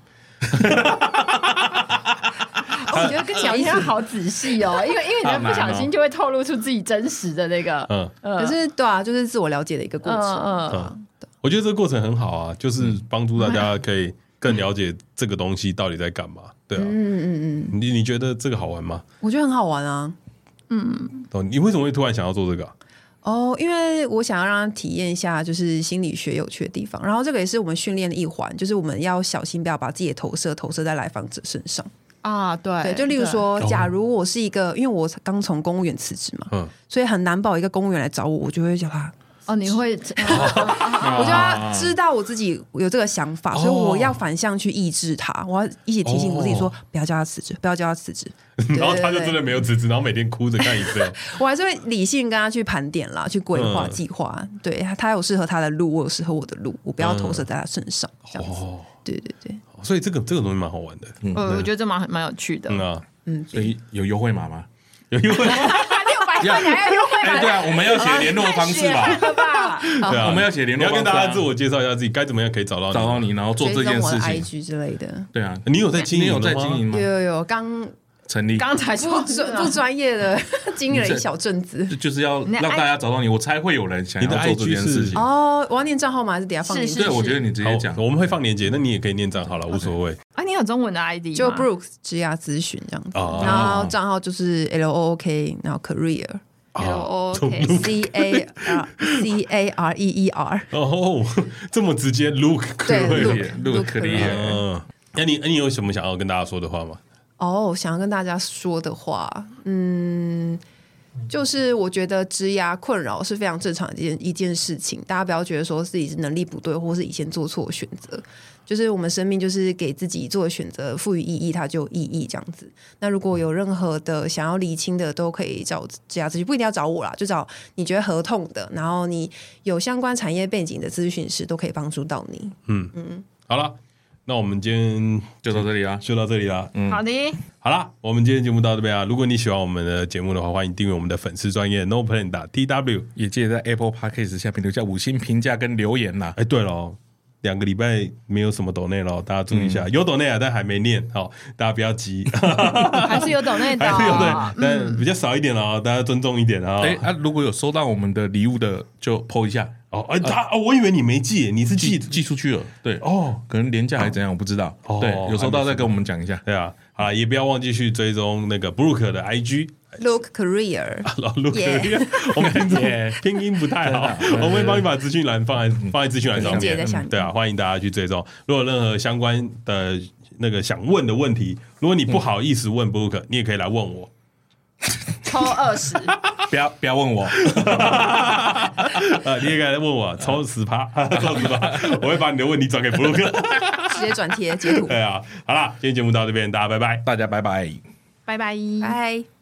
我觉得跟讲一下好仔细哦，因为因为你不小心就会透露出自己真实的那个， 嗯， 可是对啊，就是自我了解的一个过程。嗯， 嗯我觉得这个过程很好啊，就是帮助大家可以更了解这个东西到底在干嘛。对啊，嗯嗯嗯，你你觉得这个好玩吗？ 我觉得很好玩啊。 嗯， 哦，你为什么会突然想要做这个、啊？ 哦，因为我想要让他体验一下就是心理学有趣的地方，然后这个也是我们训练的一环，就是我们要小心不要把自己的投射投射在来访者身上啊。对对，就例如说，假如我是一个，因为我刚从公务员辞职嘛，嗯，所以很难保一个公务员来找我，我就会叫他。 哦，你会， 我就要知道我自己有这个想法，所以我要反向去抑制他，我要一起提醒我自己说，不要叫他辞职，不要叫他辞职。 然后他就真的没有辞职，然后每天哭着看一次。 我还是会理性跟他去盘点啦，去规划计划。对，他有适合他的路，我有适合我的路，我不要投射在他身上。这样子，对对对。 所以这个这个东西蛮好玩的， 呃，我觉得这蛮蛮有趣的。 嗯啊， 嗯， 所以有优惠码吗？ 有优惠码。 要哎，对啊，我们要写联络方式吧？ 对啊， 我们要写联络方式。 你要跟大家自我介绍一下自己，该怎么样可以找到你找到你，然后做这件事情。 I G 之类的。 对啊， 你有在经营？ 你有在经营吗？ 有有有，刚成立， 刚才不不专业的经营了一小阵子， 就是要让大家找到你。我猜会有人想要做这件事情。 哦，我要念账号吗？还是底下放链接？ 对，我觉得你直接讲， 我们会放链接，那你也可以念账号了，无所谓。 啊，你有中文的 I D 就 Brooks 职涯咨询这样子，然后账号就是 L O O K， 然后 Career。 L O K C A R C A R E E R 哦，这么直接 ，Look 对 Look Career。 嗯，那你那你有什么想要跟大家说的话吗？ 哦，想要跟大家说的话，嗯，就是我觉得职涯困扰是非常正常的一件一件事情，大家不要觉得说自己是能力不对，或是以前做错选择。 就是我们生命就是给自己做的选择赋予意义，它就有意义这样子。那如果有任何的想要厘清的，都可以找职涯咨询，不一定要找我啦，就找你觉得合痛的，然后你有相关产业背景的咨询师都可以帮助到你。嗯嗯，好了，那我们今天就到这里啦， 就到这里啦。 嗯，好的， 好啦，我们今天节目到这边啊。如果你喜欢我们的节目的话，欢迎订阅我们的粉丝专页 No Plan 打 T W， 也记得在 Apple Podcast 下面留下五星评价跟留言啦。 哎，对了。两个礼拜没有什么抖内了，大家注意一下，嗯、有抖内啊，但还没念，好，大家不要急， 还是有抖内的、哦， 还是有对，但比较少一点了，大家尊重一点啊。 哎、欸、啊，如果有收到我们的礼物的，就 po 一下哦。哎、欸，他、啊、哦，我以为你没寄，你是寄寄出去了，对哦， 可能廉价还是怎样，我不知道。哦、对，有收到再跟我们讲一下。 对啊，好啦，也不要忘记去追踪那个 Brooke 的 I G。Look Career，Look Career， 我们拼音拼音不太好，我们会帮你把资讯栏放在放在资讯栏上面。对啊，欢迎大家去追踪。如果有任何相关的那个想问的问题，如果你不好意思问 Brooke， 你也可以来问我。 抽二十， 不要不要问我， 呃，你也可以来问我，抽十趴，抽十趴，我会把你的问题转给 Brooke， 直接转贴截图。 对啊，好啦，今天节目到这边，大家拜拜， 大家拜拜， 拜拜， 拜。